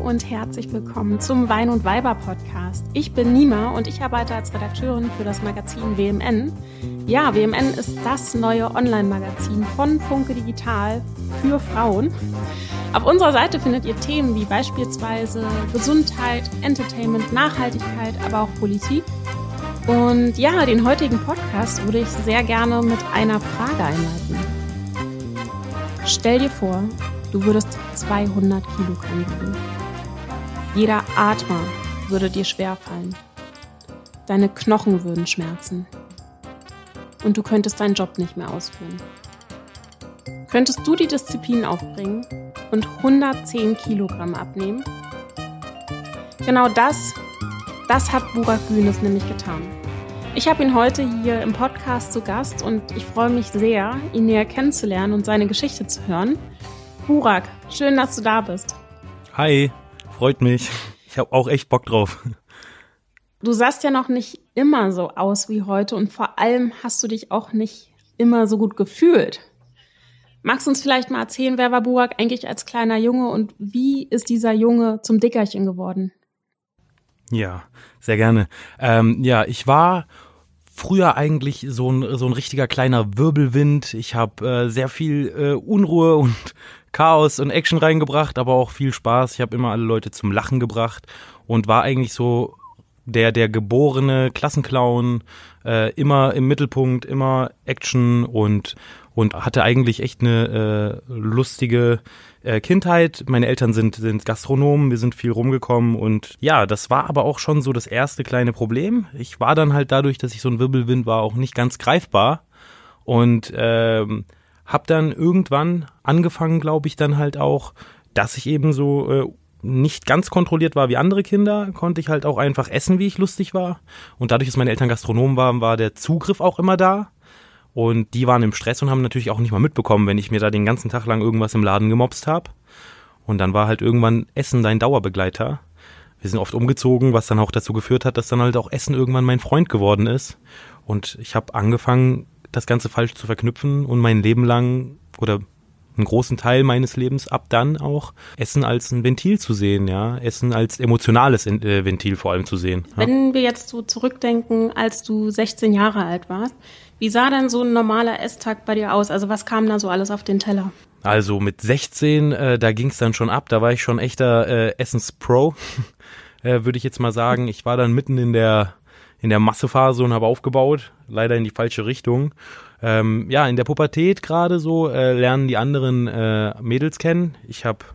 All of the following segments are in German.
und herzlich willkommen zum Wein und Weiber Podcast. Ich bin Nima und ich arbeite als Redakteurin für das Magazin WMN. Ja, WMN ist das neue Online-Magazin von Funke Digital für Frauen. Auf unserer Seite findet ihr Themen wie beispielsweise Gesundheit, Entertainment, Nachhaltigkeit, aber auch Politik. Und ja, den heutigen Podcast würde ich sehr gerne mit einer Frage einleiten. Stell dir vor, du würdest 200 Kilogramm wiegen. Jeder Atmer würde dir schwerfallen. Deine Knochen würden schmerzen. Und du könntest deinen Job nicht mehr ausführen. Könntest du die Disziplin aufbringen und 110 Kilogramm abnehmen? Genau das hat Burak Günis nämlich getan. Ich habe ihn heute hier im Podcast zu Gast und ich freue mich sehr, ihn näher kennenzulernen und seine Geschichte zu hören. Burak, schön, dass du da bist. Hi, freut mich. Ich habe auch echt Bock drauf. Du sahst ja noch nicht immer so aus wie heute und vor allem hast du dich auch nicht immer so gut gefühlt. Magst du uns vielleicht mal erzählen, wer war Burak eigentlich als kleiner Junge und wie ist dieser Junge zum Dickerchen geworden? Ja, sehr gerne. Ich war früher eigentlich so ein richtiger kleiner Wirbelwind. Ich habe sehr viel Unruhe und Chaos und Action reingebracht, aber auch viel Spaß. Ich habe immer alle Leute zum Lachen gebracht und war eigentlich so der geborene Klassenclown, immer im Mittelpunkt, immer Action und hatte eigentlich echt eine lustige Kindheit. Meine Eltern sind Gastronomen, wir sind viel rumgekommen und ja, das war aber auch schon so das erste kleine Problem. Ich war dann halt dadurch, dass ich so ein Wirbelwind war, auch nicht ganz greifbar und habe dann irgendwann angefangen, glaube ich, dann halt auch, dass ich eben so nicht ganz kontrolliert war wie andere Kinder, konnte ich halt auch einfach essen, wie ich lustig war. Und dadurch, dass meine Eltern Gastronomen waren, war der Zugriff auch immer da. Und die waren im Stress und haben natürlich auch nicht mal mitbekommen, wenn ich mir da den ganzen Tag lang irgendwas im Laden gemopst habe. Und dann war halt irgendwann Essen dein Dauerbegleiter. Wir sind oft umgezogen, was dann auch dazu geführt hat, dass dann halt auch Essen irgendwann mein Freund geworden ist. Und ich habe angefangen, das Ganze falsch zu verknüpfen und mein Leben lang oder einen großen Teil meines Lebens ab dann auch Essen als ein Ventil zu sehen, ja, Essen als emotionales Ventil vor allem zu sehen. Ja? Wenn wir jetzt so zurückdenken, als du 16 Jahre alt warst, wie sah denn so ein normaler Esstag bei dir aus? Also was kam da so alles auf den Teller? Also mit 16, da ging es dann schon ab, da war ich schon echter Essenspro, würde ich jetzt mal sagen. Ich war dann mitten in der Massephase und habe aufgebaut, leider in die falsche Richtung. In der Pubertät gerade so lernen die anderen Mädels kennen. Ich habe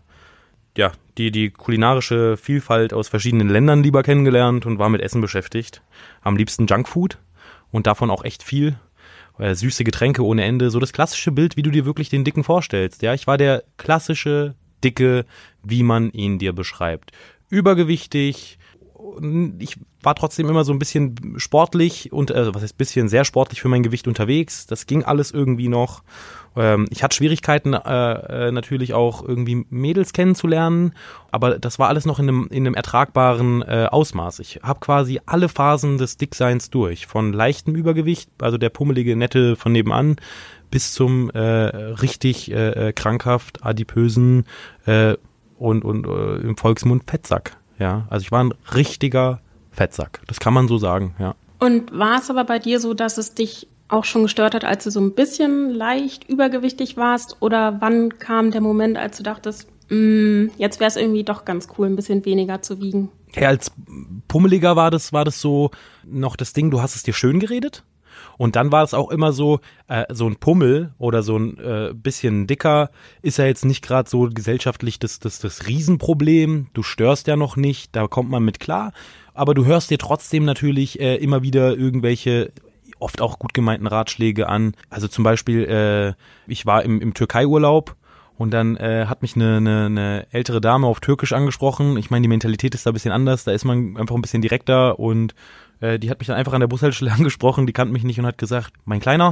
die kulinarische Vielfalt aus verschiedenen Ländern lieber kennengelernt und war mit Essen beschäftigt. Am liebsten Junkfood und davon auch echt viel. Süße Getränke ohne Ende, so das klassische Bild, wie du dir wirklich den Dicken vorstellst. Ja, ich war der klassische Dicke, wie man ihn dir beschreibt. Übergewichtig. Ich war trotzdem immer so ein bisschen sportlich und sehr sportlich für mein Gewicht unterwegs. Das ging alles irgendwie noch. Ich hatte Schwierigkeiten natürlich auch irgendwie Mädels kennenzulernen, aber das war alles noch in einem ertragbaren Ausmaß. Ich habe quasi alle Phasen des Dickseins durch, von leichtem Übergewicht, also der pummelige Nette von nebenan, bis zum richtig krankhaft adipösen und im Volksmund Fettsack. Ja, also ich war ein richtiger Fettsack. Das kann man so sagen, ja. Und war es aber bei dir so, dass es dich auch schon gestört hat, als du so ein bisschen leicht übergewichtig warst? Oder wann kam der Moment, als du dachtest, jetzt wäre es irgendwie doch ganz cool, ein bisschen weniger zu wiegen? Ja, als Pummeliger war das so noch das Ding, du hast es dir schön geredet. Und dann war es auch immer so ein Pummel oder so ein bisschen dicker ist ja jetzt nicht gerade so gesellschaftlich das Riesenproblem. Du störst ja noch nicht, da kommt man mit klar. Aber du hörst dir trotzdem natürlich immer wieder irgendwelche oft auch gut gemeinten Ratschläge an. Also zum Beispiel, ich war im Türkei-Urlaub und dann hat mich eine ältere Dame auf Türkisch angesprochen. Ich meine, die Mentalität ist da ein bisschen anders, da ist man einfach ein bisschen direkter und die hat mich dann einfach an der Bushaltestelle angesprochen, die kannte mich nicht und hat gesagt, mein Kleiner,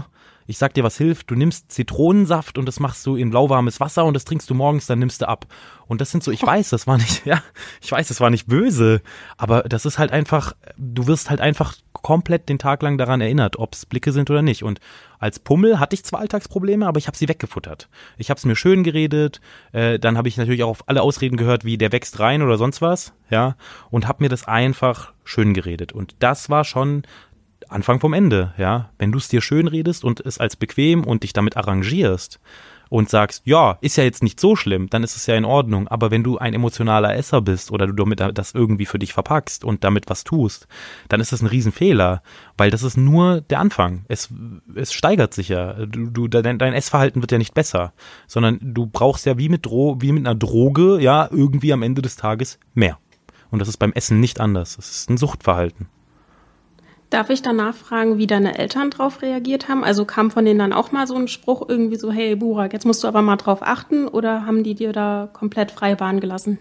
Ich sag dir, was hilft. Du nimmst Zitronensaft und das machst du in lauwarmes Wasser und das trinkst du morgens, dann nimmst du ab. Und das sind so, ich weiß, das war nicht böse, aber das ist halt einfach, du wirst halt einfach komplett den Tag lang daran erinnert, ob es Blicke sind oder nicht. Und als Pummel hatte ich zwar Alltagsprobleme, aber ich habe sie weggefuttert. Ich habe es mir schön geredet, dann habe ich natürlich auch auf alle Ausreden gehört, wie der wächst rein oder sonst was, ja, und habe mir das einfach schön geredet. Und das war schon Anfang vom Ende, ja. Wenn du es dir schön redest und es als bequem und dich damit arrangierst und sagst, ja, ist ja jetzt nicht so schlimm, dann ist es ja in Ordnung. Aber wenn du ein emotionaler Esser bist oder du damit das irgendwie für dich verpackst und damit was tust, dann ist das ein Riesenfehler, weil das ist nur der Anfang. Es steigert sich ja. Dein Essverhalten wird ja nicht besser, sondern du brauchst ja wie mit einer Droge, ja, irgendwie am Ende des Tages mehr. Und das ist beim Essen nicht anders. Das ist ein Suchtverhalten. Darf ich danach fragen, wie deine Eltern drauf reagiert haben? Also kam von denen dann auch mal so ein Spruch irgendwie so, hey Burak, jetzt musst du aber mal drauf achten, oder haben die dir da komplett freie Bahn gelassen?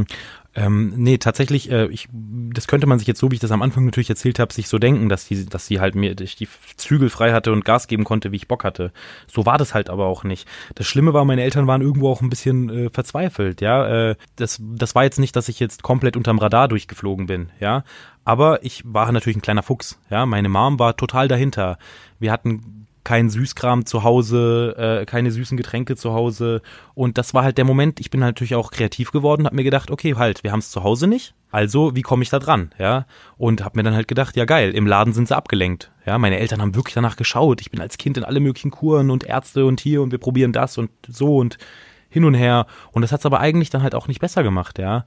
Nee, tatsächlich, das könnte man sich jetzt, so wie ich das am Anfang natürlich erzählt habe, sich so denken, dass sie halt mir die Zügel frei hatte und Gas geben konnte, wie ich Bock hatte. So war das halt aber auch nicht. Das Schlimme war, meine Eltern waren irgendwo auch ein bisschen verzweifelt, ja. Das war jetzt nicht, dass ich jetzt komplett unterm Radar durchgeflogen bin, ja. Aber ich war natürlich ein kleiner Fuchs, ja. Meine Mom war total dahinter. Wir hatten kein Süßkram zu Hause, keine süßen Getränke zu Hause, und das war halt der Moment, ich bin halt natürlich auch kreativ geworden, hab mir gedacht, okay, halt, wir haben es zu Hause nicht, also wie komme ich da dran, ja, und hab mir dann halt gedacht, ja geil, im Laden sind sie abgelenkt, ja, meine Eltern haben wirklich danach geschaut, ich bin als Kind in alle möglichen Kuren und Ärzte und hier und wir probieren das und so und hin und her, und das hat's aber eigentlich dann halt auch nicht besser gemacht, ja,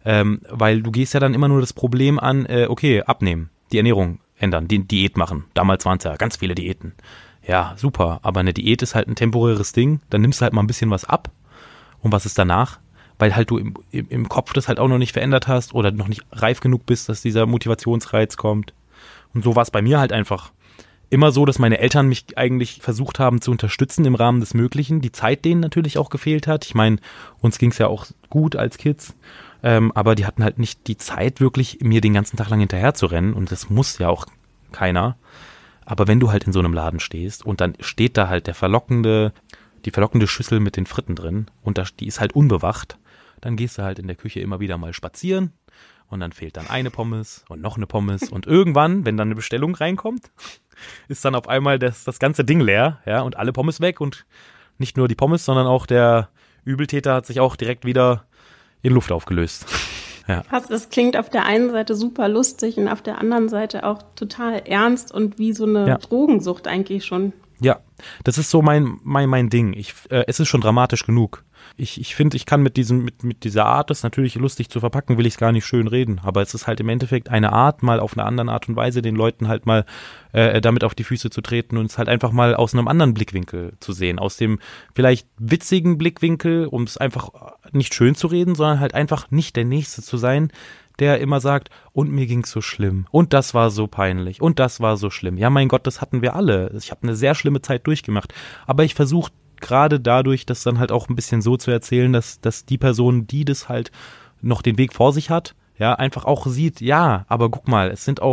weil du gehst ja dann immer nur das Problem an, okay, abnehmen, die Ernährung ändern, die Diät machen, damals waren es ja ganz viele Diäten. Ja, super, aber eine Diät ist halt ein temporäres Ding, dann nimmst du halt mal ein bisschen was ab, und was ist danach? Weil halt du im Kopf das halt auch noch nicht verändert hast oder noch nicht reif genug bist, dass dieser Motivationsreiz kommt. Und so war es bei mir halt einfach immer so, dass meine Eltern mich eigentlich versucht haben zu unterstützen im Rahmen des Möglichen, die Zeit denen natürlich auch gefehlt hat. Ich meine, uns ging es ja auch gut als Kids, aber die hatten halt nicht die Zeit, wirklich mir den ganzen Tag lang hinterher zu rennen, und das muss ja auch keiner. Aber wenn du halt in so einem Laden stehst und dann steht da halt die verlockende Schüssel mit den Fritten drin und die ist halt unbewacht, dann gehst du halt in der Küche immer wieder mal spazieren und dann fehlt dann eine Pommes und noch eine Pommes, und irgendwann, wenn dann eine Bestellung reinkommt, ist dann auf einmal das ganze Ding leer, ja, und alle Pommes weg, und nicht nur die Pommes, sondern auch der Übeltäter hat sich auch direkt wieder in Luft aufgelöst. Ja. Krass, das klingt auf der einen Seite super lustig und auf der anderen Seite auch total ernst und wie so eine Drogensucht eigentlich schon. Ja, das ist so mein Ding. Es ist schon dramatisch genug. Ich finde, ich kann mit dieser Art, das natürlich lustig zu verpacken, will ich es gar nicht schön reden. Aber es ist halt im Endeffekt eine Art, mal auf eine andere Art und Weise den Leuten halt mal damit auf die Füße zu treten und es halt einfach mal aus einem anderen Blickwinkel zu sehen. Aus dem vielleicht witzigen Blickwinkel, um es einfach nicht schön zu reden, sondern halt einfach nicht der Nächste zu sein, der immer sagt, und mir ging's so schlimm und das war so peinlich und das war so schlimm. Ja, mein Gott, das hatten wir alle. Ich habe eine sehr schlimme Zeit durchgemacht. Aber ich versuche gerade dadurch, das dann halt auch ein bisschen so zu erzählen, dass die Person, die das halt noch den Weg vor sich hat, ja, einfach auch sieht, ja, aber guck mal, es sind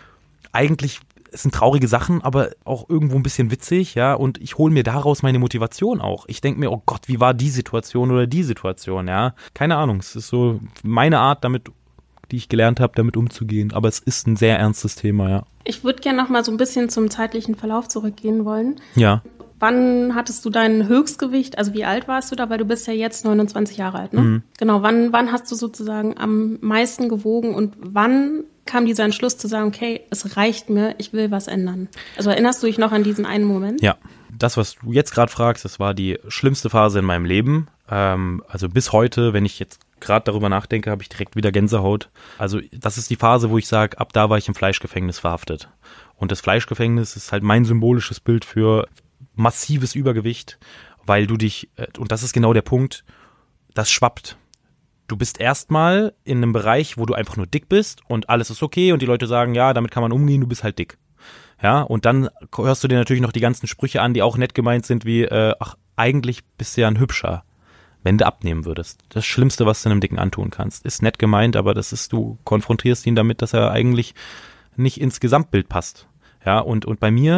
traurige Sachen, aber auch irgendwo ein bisschen witzig, ja, und ich hole mir daraus meine Motivation auch. Ich denke mir, oh Gott, wie war die Situation oder die Situation, ja. Keine Ahnung, es ist so meine Art, die ich gelernt habe, damit umzugehen, aber es ist ein sehr ernstes Thema, ja. Ich würde gerne noch mal so ein bisschen zum zeitlichen Verlauf zurückgehen wollen. Ja. Wann hattest du dein Höchstgewicht, also wie alt warst du da, weil du bist ja jetzt 29 Jahre alt, ne? Mhm. Genau, wann hast du sozusagen am meisten gewogen und wann kam dieser Entschluss zu sagen, okay, es reicht mir, ich will was ändern? Also erinnerst du dich noch an diesen einen Moment? Ja, das, was du jetzt gerade fragst, das war die schlimmste Phase in meinem Leben. Also bis heute, wenn ich jetzt gerade darüber nachdenke, habe ich direkt wieder Gänsehaut. Also das ist die Phase, wo ich sage, ab da war ich im Fleischgefängnis verhaftet. Und das Fleischgefängnis ist halt mein symbolisches Bild für massives Übergewicht, weil du dich, und das ist genau der Punkt, das schwappt. Du bist erstmal in einem Bereich, wo du einfach nur dick bist und alles ist okay und die Leute sagen, ja, damit kann man umgehen, du bist halt dick. Ja, und dann hörst du dir natürlich noch die ganzen Sprüche an, die auch nett gemeint sind, wie, ach, eigentlich bist du ja ein Hübscher, wenn du abnehmen würdest. Das Schlimmste, was du einem Dicken antun kannst. Ist nett gemeint, aber das ist, du konfrontierst ihn damit, dass er eigentlich nicht ins Gesamtbild passt. Ja, und bei mir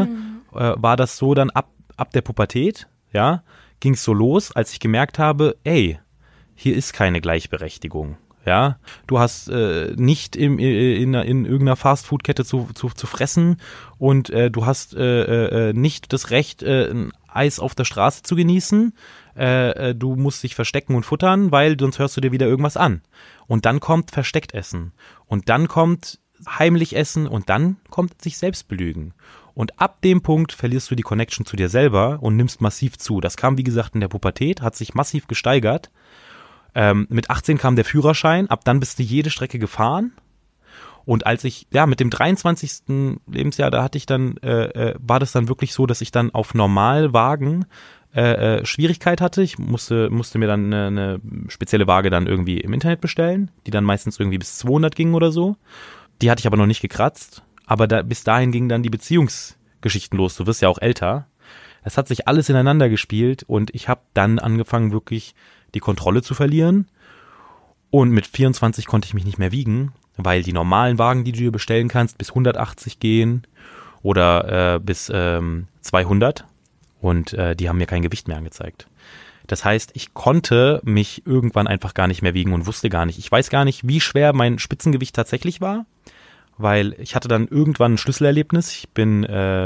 war das so dann ab der Pubertät, ja, ging es so los, als ich gemerkt habe, ey, hier ist keine Gleichberechtigung. Ja, du hast nicht in irgendeiner Fastfood-Kette zu fressen und du hast nicht das Recht, ein Eis auf der Straße zu genießen. Du musst dich verstecken und futtern, weil sonst hörst du dir wieder irgendwas an. Und dann kommt Versteckt-Essen. Und dann kommt heimlich Essen und dann kommt sich selbst belügen. Und ab dem Punkt verlierst du die Connection zu dir selber und nimmst massiv zu. Das kam, wie gesagt, in der Pubertät, hat sich massiv gesteigert. Mit 18 kam der Führerschein, ab dann bist du jede Strecke gefahren. Und als ich, mit dem 23. Lebensjahr, da hatte ich dann, war das dann wirklich so, dass ich dann auf Normalwagen Schwierigkeit hatte. Ich musste mir dann eine spezielle Waage dann irgendwie im Internet bestellen, die dann meistens irgendwie bis 200 ging oder so. Die hatte ich aber noch nicht gekratzt. Aber bis dahin gingen dann die Beziehungsgeschichten los. Du wirst ja auch älter. Es hat sich alles ineinander gespielt und ich habe dann angefangen, wirklich die Kontrolle zu verlieren. Und mit 24 konnte ich mich nicht mehr wiegen, weil die normalen Wagen, die du dir bestellen kannst, bis 180 gehen oder bis 200 und die haben mir kein Gewicht mehr angezeigt. Das heißt, ich konnte mich irgendwann einfach gar nicht mehr wiegen und wusste gar nicht. Ich weiß gar nicht, wie schwer mein Spitzengewicht tatsächlich war, weil ich hatte dann irgendwann ein Schlüsselerlebnis. Ich bin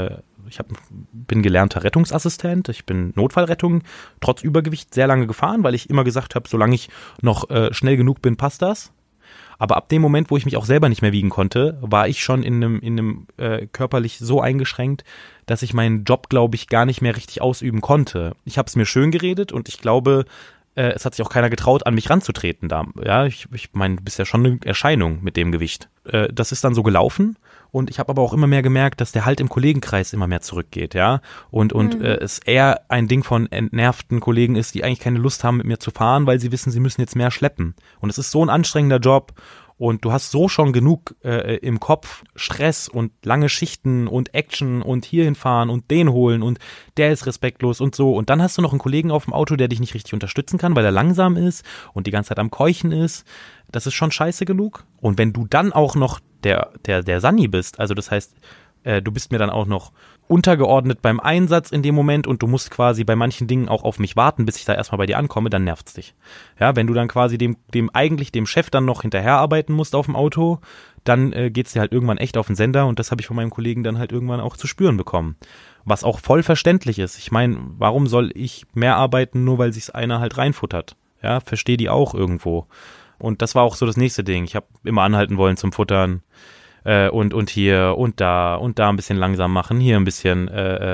gelernter Rettungsassistent, ich bin Notfallrettung trotz Übergewicht sehr lange gefahren, weil ich immer gesagt habe, solange ich noch schnell genug bin, passt das. Aber ab dem Moment, wo ich mich auch selber nicht mehr wiegen konnte, war ich schon in einem körperlich so eingeschränkt, dass ich meinen Job, glaube ich, gar nicht mehr richtig ausüben konnte. Ich habe es mir schön geredet und ich glaube, es hat sich auch keiner getraut, an mich ranzutreten da. Ja, ich meine, du bist ja schon eine Erscheinung mit dem Gewicht. Das ist dann so gelaufen. Und ich habe aber auch immer mehr gemerkt, dass der Halt im Kollegenkreis immer mehr zurückgeht, ja. Und es eher ein Ding von entnervten Kollegen ist, die eigentlich keine Lust haben, mit mir zu fahren, weil sie wissen, sie müssen jetzt mehr schleppen. Und es ist so ein anstrengender Job. Und du hast so schon genug im Kopf Stress und lange Schichten und Action und hierhin fahren und den holen und der ist respektlos und so. Und dann hast du noch einen Kollegen auf dem Auto, der dich nicht richtig unterstützen kann, weil er langsam ist und die ganze Zeit am Keuchen ist. Das ist schon scheiße genug. Und wenn du dann auch noch der Sanni bist, also das heißt, du bist mir dann auch noch untergeordnet beim Einsatz in dem Moment und du musst quasi bei manchen Dingen auch auf mich warten, bis ich da erstmal bei dir ankomme, dann nervt's dich. Ja, wenn du dann quasi dem Chef dann noch hinterherarbeiten musst auf dem Auto, dann geht's dir halt irgendwann echt auf den Sender und das habe ich von meinem Kollegen dann halt irgendwann auch zu spüren bekommen. Was auch voll verständlich ist. Ich meine, warum soll ich mehr arbeiten, nur weil sich's einer halt reinfuttert? Ja, verstehe die auch irgendwo. Und das war auch so das nächste Ding. Ich habe immer anhalten wollen zum Futtern. Und hier und da ein bisschen langsam machen, hier ein bisschen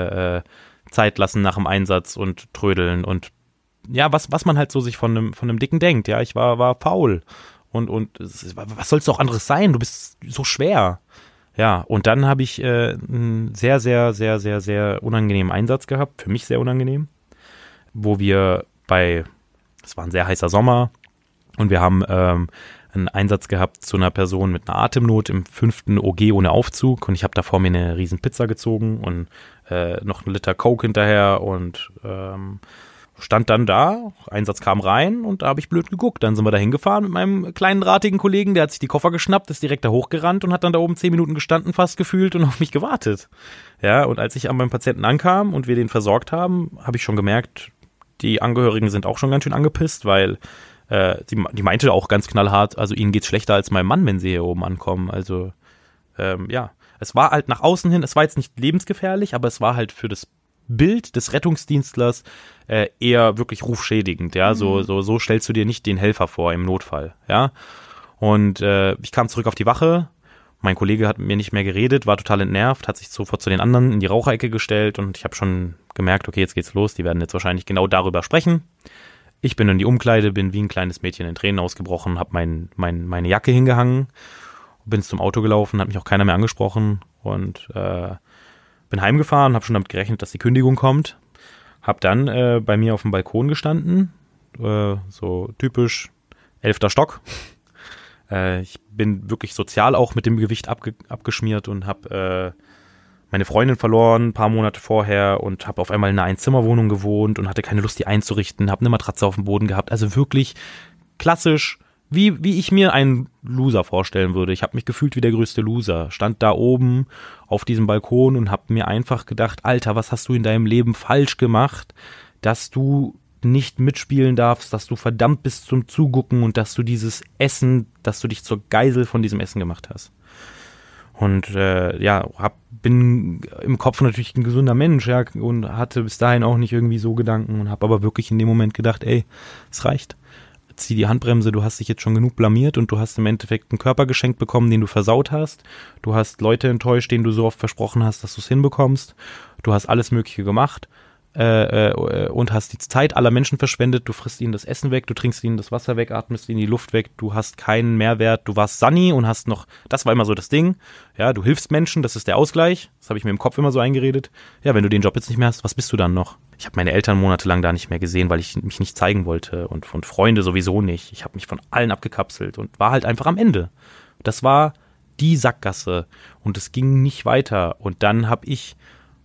Zeit lassen nach dem Einsatz und trödeln und ja, was man halt so sich von einem Dicken denkt, ja, ich war faul und was soll's auch anderes sein, du bist so schwer. Ja, und dann habe ich einen sehr, sehr, sehr, sehr, sehr unangenehmen Einsatz gehabt, für mich sehr unangenehm, wo es war ein sehr heißer Sommer und wir haben einen Einsatz gehabt zu einer Person mit einer Atemnot im 5. OG ohne Aufzug und ich habe da vor mir eine riesen Pizza gezogen und noch 1 Liter Coke hinterher und stand dann da, Einsatz kam rein und da habe ich blöd geguckt. Dann sind wir da hingefahren mit meinem kleinen drahtigen Kollegen, der hat sich die Koffer geschnappt, ist direkt da hochgerannt und hat dann da oben 10 Minuten gestanden, fast gefühlt und auf mich gewartet. Ja, und als ich an meinem Patienten ankam und wir den versorgt haben, habe ich schon gemerkt, die Angehörigen sind auch schon ganz schön angepisst, weil die meinte auch ganz knallhart, also ihnen geht's schlechter als meinem Mann, wenn sie hier oben ankommen. Also es war halt nach außen hin, es war jetzt nicht lebensgefährlich, aber es war halt für das Bild des Rettungsdienstlers eher wirklich rufschädigend. Ja, so stellst du dir nicht den Helfer vor im Notfall. Ja, und ich kam zurück auf die Wache. Mein Kollege hat mit mir nicht mehr geredet, war total entnervt, hat sich sofort zu den anderen in die Raucherecke gestellt und ich habe schon gemerkt, okay, jetzt geht's los, die werden jetzt wahrscheinlich genau darüber sprechen. Ich bin in die Umkleide, bin wie ein kleines Mädchen in Tränen ausgebrochen, habe meine Jacke hingehangen, bin zum Auto gelaufen, hat mich auch keiner mehr angesprochen und bin heimgefahren, habe schon damit gerechnet, dass die Kündigung kommt. Habe dann bei mir auf dem Balkon gestanden, so typisch 11. Stock. Ich bin wirklich sozial auch mit dem Gewicht abgeschmiert und habe meine Freundin verloren, ein paar Monate vorher und habe auf einmal in einer Einzimmerwohnung gewohnt und hatte keine Lust, die einzurichten, habe eine Matratze auf dem Boden gehabt. Also wirklich klassisch wie ich mir einen Loser vorstellen würde. Ich habe mich gefühlt wie der größte Loser. Stand da oben auf diesem Balkon und habe mir einfach gedacht, Alter, was hast du in deinem Leben falsch gemacht, dass du nicht mitspielen darfst, dass du verdammt bist zum Zugucken und dass du dieses Essen, dass du dich zur Geisel von diesem Essen gemacht hast. Und bin im Kopf natürlich ein gesunder Mensch, ja, und hatte bis dahin auch nicht irgendwie so Gedanken und habe aber wirklich in dem Moment gedacht, ey, es reicht. Zieh die Handbremse, du hast dich jetzt schon genug blamiert und du hast im Endeffekt einen Körper geschenkt bekommen, den du versaut hast. Du hast Leute enttäuscht, denen du so oft versprochen hast, dass du es hinbekommst. Du hast alles Mögliche gemacht. Und hast die Zeit aller Menschen verschwendet, du frisst ihnen das Essen weg, du trinkst ihnen das Wasser weg, atmest ihnen die Luft weg, du hast keinen Mehrwert, du warst Sunny und hast noch, das war immer so das Ding, ja, du hilfst Menschen, das ist der Ausgleich, das habe ich mir im Kopf immer so eingeredet, ja, wenn du den Job jetzt nicht mehr hast, was bist du dann noch? Ich habe meine Eltern monatelang da nicht mehr gesehen, weil ich mich nicht zeigen wollte und von Freunde sowieso nicht, ich habe mich von allen abgekapselt und war halt einfach am Ende. Das war die Sackgasse und es ging nicht weiter und dann habe ich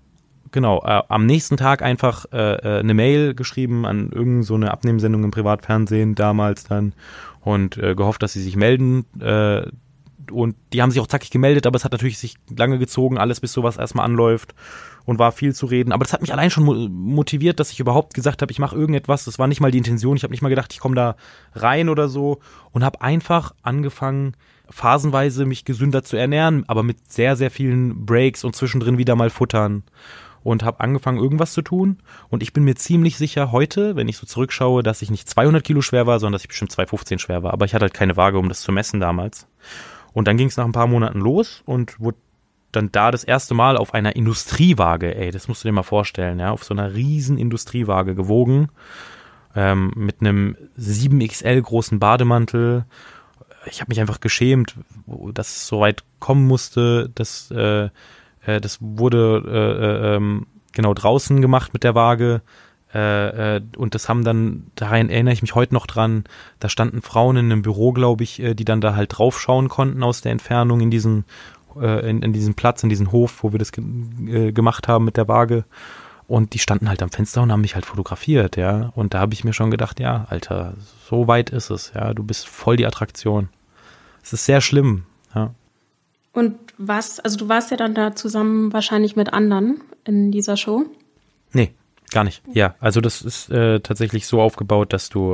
am nächsten Tag einfach eine Mail geschrieben an irgend so eine Abnehmsendung im Privatfernsehen damals dann und gehofft, dass sie sich melden und die haben sich auch zackig gemeldet, aber es hat natürlich sich lange gezogen, alles bis sowas erstmal anläuft und war viel zu reden, aber das hat mich allein schon motiviert, dass ich überhaupt gesagt habe, ich mache irgendetwas, das war nicht mal die Intention, ich habe nicht mal gedacht, ich komme da rein oder so und habe einfach angefangen, phasenweise mich gesünder zu ernähren, aber mit sehr, sehr vielen Breaks und zwischendrin wieder mal futtern. Und habe angefangen, irgendwas zu tun. Und ich bin mir ziemlich sicher heute, wenn ich so zurückschaue, dass ich nicht 200 Kilo schwer war, sondern dass ich bestimmt 215 schwer war. Aber ich hatte halt keine Waage, um das zu messen damals. Und dann ging es nach ein paar Monaten los und wurde dann da das erste Mal auf einer Industriewaage, das musst du dir mal vorstellen, ja, auf so einer riesen Industriewaage gewogen, mit einem 7XL großen Bademantel. Ich habe mich einfach geschämt, dass es so weit kommen musste, dass das wurde draußen gemacht mit der Waage und das haben dann, daran erinnere ich mich heute noch dran, da standen Frauen in einem Büro, glaube ich, die dann da halt drauf schauen konnten aus der Entfernung in diesen Platz, in diesen Hof, wo wir das gemacht haben mit der Waage und die standen halt am Fenster und haben mich halt fotografiert, ja, und da habe ich mir schon gedacht, ja, Alter, so weit ist es, ja, du bist voll die Attraktion. Es ist sehr schlimm, ja. Und du warst ja dann da zusammen wahrscheinlich mit anderen in dieser Show? Nee, gar nicht. Ja, also das ist tatsächlich so aufgebaut, dass du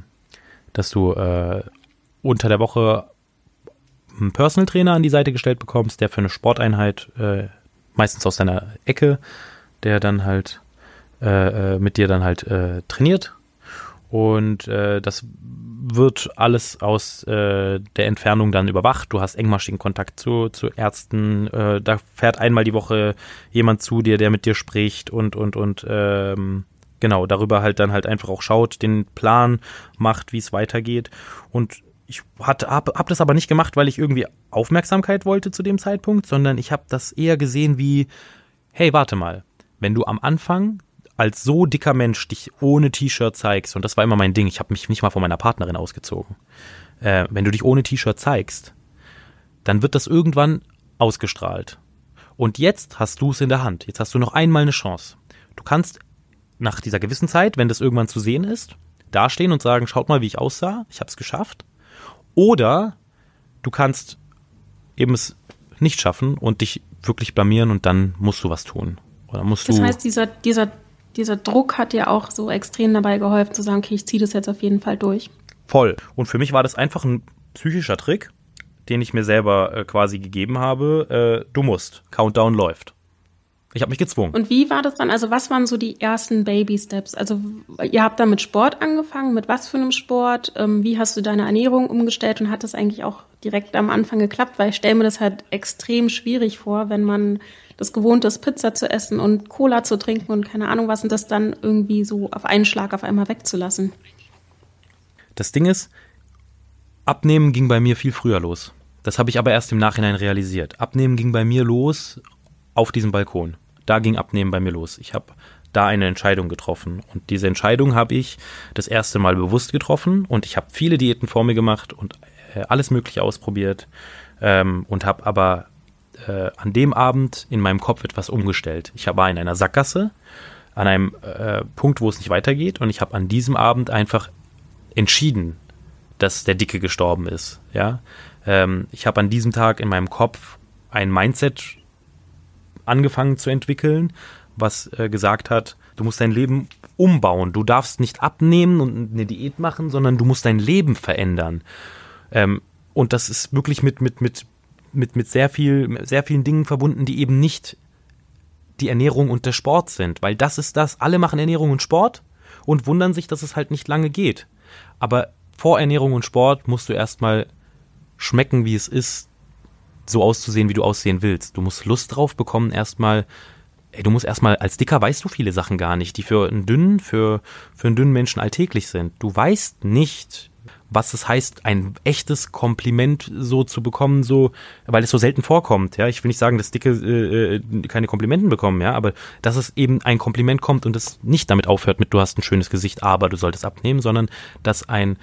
unter der Woche einen Personal Trainer an die Seite gestellt bekommst, der für eine Sporteinheit, meistens aus deiner Ecke, der dann halt mit dir dann halt trainiert. Und das wird alles aus der Entfernung dann überwacht. Du hast engmaschigen Kontakt zu Ärzten. Da fährt einmal die Woche jemand zu dir, der mit dir spricht und darüber halt dann halt einfach auch schaut, den Plan macht, wie es weitergeht. Und ich hab das aber nicht gemacht, weil ich irgendwie Aufmerksamkeit wollte zu dem Zeitpunkt, sondern ich habe das eher gesehen wie, hey, warte mal, wenn du am Anfang als so dicker Mensch dich ohne T-Shirt zeigst, und das war immer mein Ding, ich habe mich nicht mal von meiner Partnerin ausgezogen, wenn du dich ohne T-Shirt zeigst, dann wird das irgendwann ausgestrahlt. Und jetzt hast du es in der Hand, jetzt hast du noch einmal eine Chance. Du kannst nach dieser gewissen Zeit, wenn das irgendwann zu sehen ist, dastehen und sagen, schaut mal, wie ich aussah, ich habe es geschafft. Oder du kannst eben es nicht schaffen und dich wirklich blamieren und dann musst du was tun. Oder musst das heißt, dieser Druck hat dir auch so extrem dabei geholfen, zu sagen, okay, ich ziehe das jetzt auf jeden Fall durch. Voll. Und für mich war das einfach ein psychischer Trick, den ich mir selber quasi gegeben habe. Du musst. Countdown läuft. Ich habe mich gezwungen. Und wie war das dann? Also was waren so die ersten Baby-Steps? Also ihr habt da mit Sport angefangen. Mit was für einem Sport? Wie hast du deine Ernährung umgestellt? Und hat das eigentlich auch direkt am Anfang geklappt? Weil ich stelle mir das halt extrem schwierig vor, wenn man das gewohnt ist, Pizza zu essen und Cola zu trinken und keine Ahnung was und das dann irgendwie so auf einen Schlag auf einmal wegzulassen. Das Ding ist, Abnehmen ging bei mir viel früher los. Das habe ich aber erst im Nachhinein realisiert. Abnehmen ging bei mir los auf diesem Balkon. Da ging Abnehmen bei mir los. Ich habe da eine Entscheidung getroffen. Und diese Entscheidung habe ich das erste Mal bewusst getroffen. Und ich habe viele Diäten vor mir gemacht und alles Mögliche ausprobiert. Und habe aber an dem Abend in meinem Kopf etwas umgestellt. Ich war in einer Sackgasse, an einem Punkt, wo es nicht weitergeht. Und ich habe an diesem Abend einfach entschieden, dass der Dicke gestorben ist, ja. Ich habe an diesem Tag in meinem Kopf ein Mindset angefangen zu entwickeln, was gesagt hat, du musst dein Leben umbauen. Du darfst nicht abnehmen und eine Diät machen, sondern du musst dein Leben verändern. Und das ist wirklich mit sehr vielen Dingen verbunden, die eben nicht die Ernährung und der Sport sind. Weil das ist das, alle machen Ernährung und Sport und wundern sich, dass es halt nicht lange geht. Aber vor Ernährung und Sport musst du erstmal schmecken, wie es ist, so auszusehen, wie du aussehen willst. Du musst Lust drauf bekommen, du musst erstmal, als Dicker weißt du viele Sachen gar nicht, die für einen dünnen Menschen alltäglich sind. Du weißt nicht, was es heißt, ein echtes Kompliment so zu bekommen, so, weil es so selten vorkommt, ja. Ich will nicht sagen, dass Dicke keine Komplimenten bekommen, ja, aber dass es eben ein Kompliment kommt und es nicht damit aufhört mit, du hast ein schönes Gesicht, aber du solltest abnehmen, sondern dass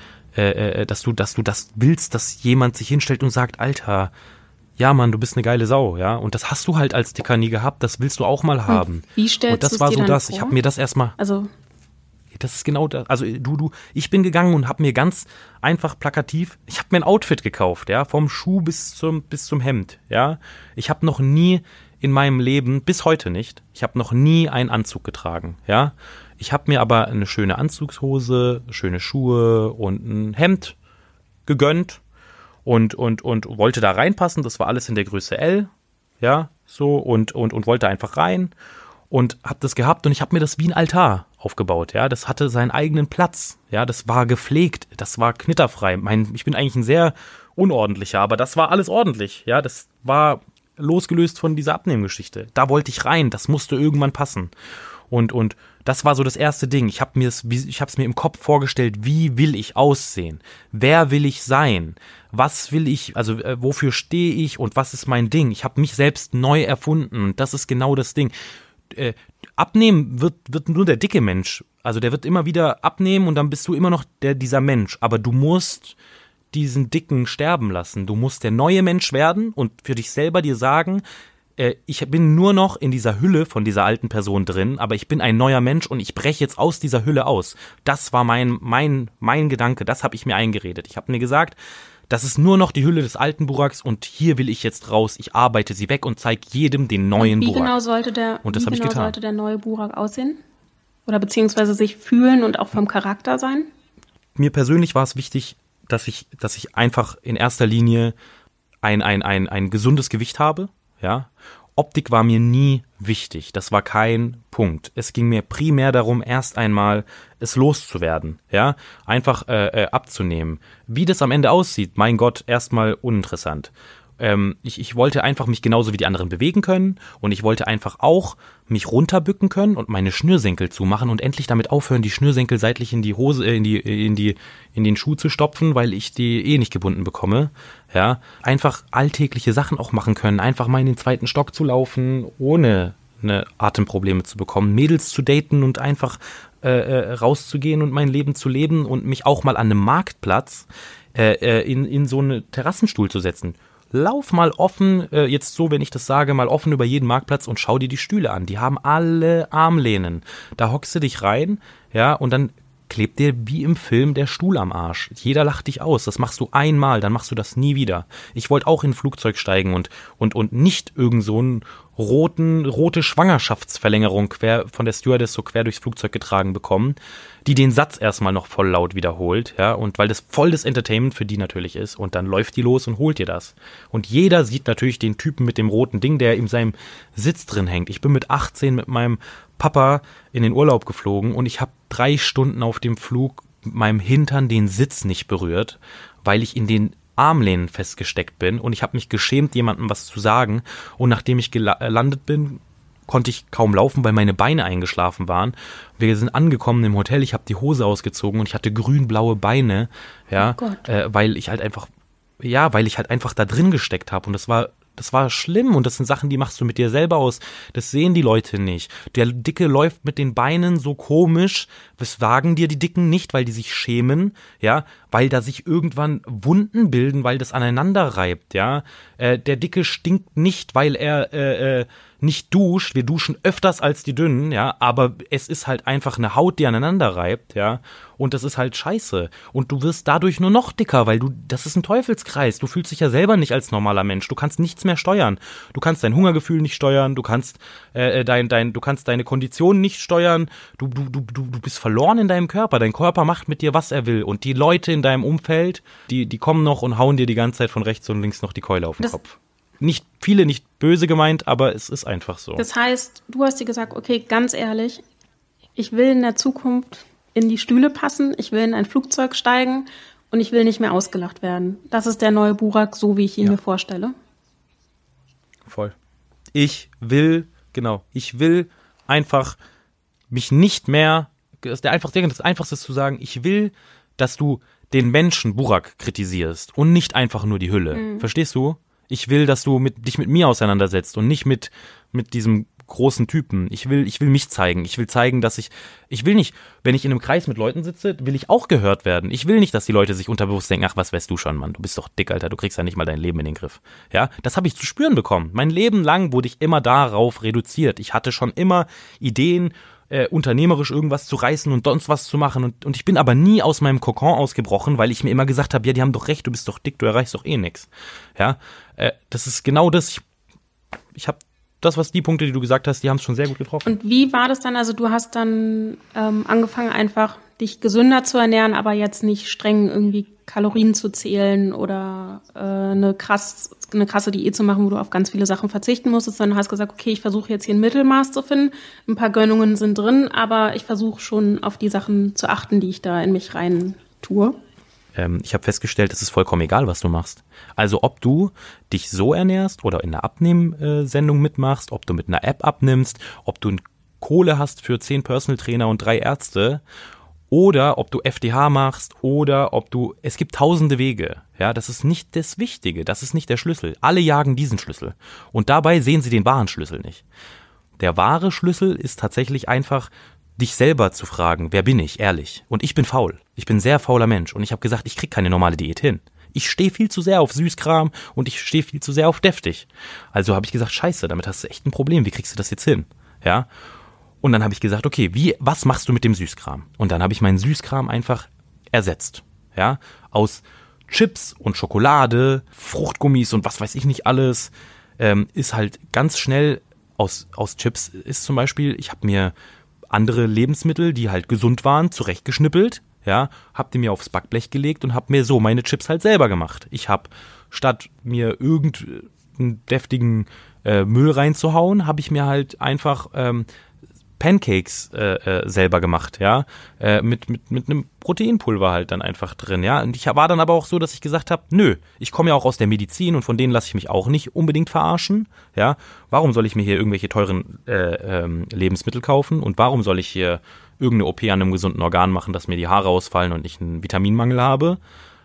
dass du das willst, dass jemand sich hinstellt und sagt, Alter, ja Mann, du bist eine geile Sau, ja, und das hast du halt als Dicker nie gehabt, das willst du auch mal haben. Wie stellst du es dir dann vor? Und das war so das, ich habe mir das erstmal, also das ist genau das, also ich bin gegangen und habe mir ganz einfach plakativ, ich habe mir ein Outfit gekauft, ja, vom Schuh bis zum Hemd, ja, ich habe noch nie in meinem Leben, bis heute nicht, ich habe noch nie einen Anzug getragen, ja, ich habe mir aber eine schöne Anzugshose, schöne Schuhe und ein Hemd gegönnt und wollte da reinpassen. Das war alles in der Größe L, ja, so und wollte einfach rein und habe das gehabt und ich habe mir das wie ein Altar aufgebaut, ja. Das hatte seinen eigenen Platz, ja. Das war gepflegt, das war knitterfrei. Ich bin eigentlich ein sehr unordentlicher, aber das war alles ordentlich, ja. Das war losgelöst von dieser Abnehmgeschichte. Da wollte ich rein, das musste irgendwann passen. Und das war so das erste Ding. Ich habe es mir im Kopf vorgestellt, wie will ich aussehen? Wer will ich sein? Was will ich, also wofür stehe ich und was ist mein Ding? Ich habe mich selbst neu erfunden und das ist genau das Ding. Abnehmen wird nur der dicke Mensch. Also der wird immer wieder abnehmen und dann bist du immer noch dieser Mensch. Aber du musst diesen Dicken sterben lassen. Du musst der neue Mensch werden und für dich selber dir sagen, ich bin nur noch in dieser Hülle von dieser alten Person drin, aber ich bin ein neuer Mensch und ich breche jetzt aus dieser Hülle aus. Das war mein Gedanke, das habe ich mir eingeredet. Ich habe mir gesagt, das ist nur noch die Hülle des alten Buraks und hier will ich jetzt raus. Ich arbeite sie weg und zeige jedem den neuen Burak. Wie genau sollte der neue Burak aussehen? Oder beziehungsweise sich fühlen und auch vom Charakter sein? Mir persönlich war es wichtig, dass ich einfach in erster Linie ein gesundes Gewicht habe. Ja, Optik war mir nie wichtig, das war kein Punkt. Es ging mir primär darum, erst einmal es loszuwerden, ja, einfach abzunehmen. Wie das am Ende aussieht, mein Gott, erstmal uninteressant. Ich wollte einfach mich genauso wie die anderen bewegen können und ich wollte einfach auch mich runterbücken können und meine Schnürsenkel zumachen und endlich damit aufhören, die Schnürsenkel seitlich in die Hose, in den Schuh zu stopfen, weil ich die nicht gebunden bekomme. Ja, einfach alltägliche Sachen auch machen können, einfach mal in den zweiten Stock zu laufen, ohne Atemprobleme zu bekommen, Mädels zu daten und einfach rauszugehen und mein Leben zu leben und mich auch mal an einem Marktplatz in so einen Terrassenstuhl zu setzen. Lauf mal offen, jetzt so, wenn ich das sage, mal offen über jeden Marktplatz und schau dir die Stühle an. Die haben alle Armlehnen. Da hockst du dich rein, ja, und dann klebt dir wie im Film der Stuhl am Arsch. Jeder lacht dich aus. Das machst du einmal, dann machst du das nie wieder. Ich wollte auch in ein Flugzeug steigen und nicht irgend so einen rote Schwangerschaftsverlängerung von der Stewardess so quer durchs Flugzeug getragen bekommen, die den Satz erstmal noch voll laut wiederholt, ja, und weil das voll das Entertainment für die natürlich ist und dann läuft die los und holt dir das. Und jeder sieht natürlich den Typen mit dem roten Ding, der in seinem Sitz drin hängt. Ich bin mit 18 mit meinem Papa in den Urlaub geflogen und ich habe 3 Stunden auf dem Flug mit meinem Hintern den Sitz nicht berührt, weil ich in den Armlehnen festgesteckt bin und ich habe mich geschämt, jemandem was zu sagen und nachdem ich gelandet bin, konnte ich kaum laufen, weil meine Beine eingeschlafen waren. Wir sind angekommen im Hotel, ich habe die Hose ausgezogen und ich hatte grün-blaue Beine, ja, weil ich halt einfach da drin gesteckt habe und das war schlimm und das sind Sachen, die machst du mit dir selber aus. Das sehen die Leute nicht. Der Dicke läuft mit den Beinen so komisch. Das sagen dir die Dicken nicht, weil die sich schämen, ja, weil da sich irgendwann Wunden bilden, weil das aneinander reibt, ja. Der Dicke stinkt nicht, weil er nicht duscht, wir duschen öfters als die Dünnen, ja, aber es ist halt einfach eine Haut, die aneinander reibt, ja, und das ist halt scheiße. Und du wirst dadurch nur noch dicker, weil das ist ein Teufelskreis. Du fühlst dich ja selber nicht als normaler Mensch. Du kannst nichts mehr steuern. Du kannst dein Hungergefühl nicht steuern, du kannst du kannst deine Kondition nicht steuern. Du bist verloren in deinem Körper. Dein Körper macht mit dir, was er will. Und die Leute in deinem Umfeld, die kommen noch und hauen dir die ganze Zeit von rechts und links noch die Keule auf den Kopf. Nicht viele, nicht böse gemeint, aber es ist einfach so. Das heißt, du hast dir gesagt, okay, ganz ehrlich, ich will in der Zukunft in die Stühle passen, ich will in ein Flugzeug steigen und ich will nicht mehr ausgelacht werden. Das ist der neue Burak, so wie ich ihn mir vorstelle. Voll. Ich will einfach mich nicht mehr, das Einfachste ist zu sagen, ich will, dass du den Menschen Burak kritisierst und nicht einfach nur die Hülle. Verstehst du? Ich will, dass du dich mit mir auseinandersetzt und nicht mit diesem großen Typen. Ich will mich zeigen. Ich will zeigen, dass ich will nicht, wenn ich in einem Kreis mit Leuten sitze, will ich auch gehört werden. Ich will nicht, dass die Leute sich unterbewusst denken, ach, was weißt du schon, Mann, du bist doch dick, Alter, du kriegst ja nicht mal dein Leben in den Griff. Ja, das habe ich zu spüren bekommen. Mein Leben lang wurde ich immer darauf reduziert. Ich hatte schon immer Ideen, unternehmerisch irgendwas zu reißen und sonst was zu machen und ich bin aber nie aus meinem Kokon ausgebrochen, weil ich mir immer gesagt habe, ja, die haben doch recht, du bist doch dick, du erreichst doch eh nix. Ja, das ist genau das. Ich habe das, was die Punkte, die du gesagt hast, die haben es schon sehr gut getroffen. Und wie war das dann? Also du hast dann angefangen, einfach dich gesünder zu ernähren, aber jetzt nicht streng irgendwie Kalorien zu zählen oder eine krasse Diät zu machen, wo du auf ganz viele Sachen verzichten musstest, sondern hast gesagt, okay, ich versuche jetzt hier ein Mittelmaß zu finden. Ein paar Gönnungen sind drin, aber ich versuche schon auf die Sachen zu achten, die ich da in mich rein tue. Ich habe festgestellt, es ist vollkommen egal, was du machst. Also ob du dich so ernährst oder in einer Abnehm-Sendung mitmachst, ob du mit einer App abnimmst, ob du Kohle hast für 10 Personal Trainer und 3 Ärzte oder ob du FDH machst oder es gibt tausende Wege. Ja, das ist nicht das Wichtige, das ist nicht der Schlüssel. Alle jagen diesen Schlüssel und dabei sehen sie den wahren Schlüssel nicht. Der wahre Schlüssel ist tatsächlich einfach, dich selber zu fragen, wer bin ich, ehrlich? Und ich bin faul. Ich bin ein sehr fauler Mensch und ich habe gesagt, ich krieg keine normale Diät hin. Ich stehe viel zu sehr auf Süßkram und ich stehe viel zu sehr auf deftig. Also habe ich gesagt, scheiße, damit hast du echt ein Problem. Wie kriegst du das jetzt hin? Ja. Und dann habe ich gesagt, okay, was machst du mit dem Süßkram? Und dann habe ich meinen Süßkram einfach ersetzt. Ja. Aus Chips und Schokolade, Fruchtgummis und was weiß ich nicht alles, ist halt ganz schnell aus Chips ist zum Beispiel, ich habe mir andere Lebensmittel, die halt gesund waren, zurechtgeschnippelt, ja, hab die mir aufs Backblech gelegt und hab mir so meine Chips halt selber gemacht. Ich hab, statt mir irgendeinen deftigen Müll reinzuhauen, habe ich mir halt einfach Pancakes selber gemacht, ja, mit einem Proteinpulver halt dann einfach drin, ja. Und ich war dann aber auch so, dass ich gesagt habe, nö, ich komme ja auch aus der Medizin und von denen lasse ich mich auch nicht unbedingt verarschen, ja. Warum soll ich mir hier irgendwelche teuren Lebensmittel kaufen und warum soll ich hier irgendeine OP an einem gesunden Organ machen, dass mir die Haare ausfallen und ich einen Vitaminmangel habe?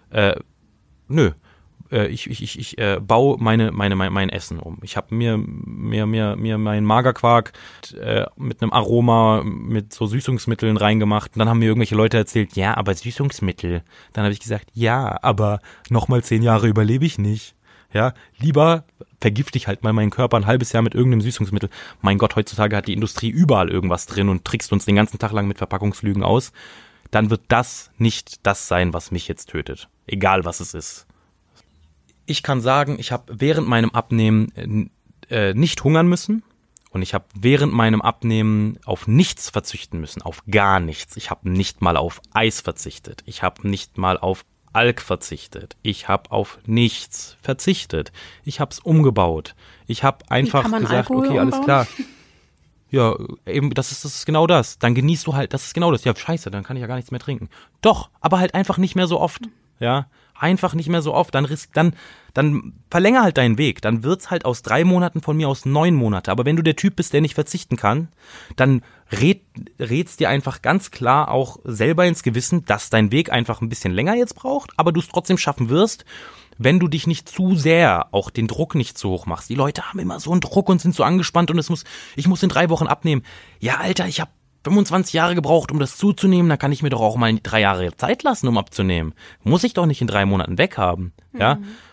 Nö. Ich baue mein Essen um. Ich habe mir meinen Magerquark mit einem Aroma, mit so Süßungsmitteln reingemacht. Und dann haben mir irgendwelche Leute erzählt, ja, aber Süßungsmittel. Dann habe ich gesagt, ja, aber nochmal 10 Jahre überlebe ich nicht. Ja, lieber vergifte ich halt mal meinen Körper ein halbes Jahr mit irgendeinem Süßungsmittel. Mein Gott, heutzutage hat die Industrie überall irgendwas drin und trickst uns den ganzen Tag lang mit Verpackungslügen aus. Dann wird das nicht das sein, was mich jetzt tötet. Egal, was es ist. Ich kann sagen, ich habe während meinem Abnehmen nicht hungern müssen und ich habe während meinem Abnehmen auf nichts verzichten müssen, auf gar nichts. Ich habe nicht mal auf Eis verzichtet. Ich habe nicht mal auf Alk verzichtet. Ich habe auf nichts verzichtet. Ich habe es umgebaut. Ich habe einfach gesagt, Alkohol okay, alles umbauen? klar. Ja, eben, das ist genau das. Dann genießt du halt, das ist genau das. Ja, scheiße, dann kann ich ja gar nichts mehr trinken. Doch, aber halt einfach nicht mehr so oft. Ja, einfach nicht mehr so oft. Dann verlänger halt deinen Weg. Dann wird's halt aus 3 Monaten von mir aus 9 Monate. Aber wenn du der Typ bist, der nicht verzichten kann, dann rät's dir einfach ganz klar auch selber ins Gewissen, dass dein Weg einfach ein bisschen länger jetzt braucht, aber du es trotzdem schaffen wirst, wenn du dich nicht zu sehr, auch den Druck nicht zu hoch machst. Die Leute haben immer so einen Druck und sind so angespannt und ich muss in 3 Wochen abnehmen. Ja, Alter, ich habe 25 Jahre gebraucht, um das zuzunehmen, dann kann ich mir doch auch mal 3 Jahre Zeit lassen, um abzunehmen. Muss ich doch nicht in 3 Monaten weghaben, ja?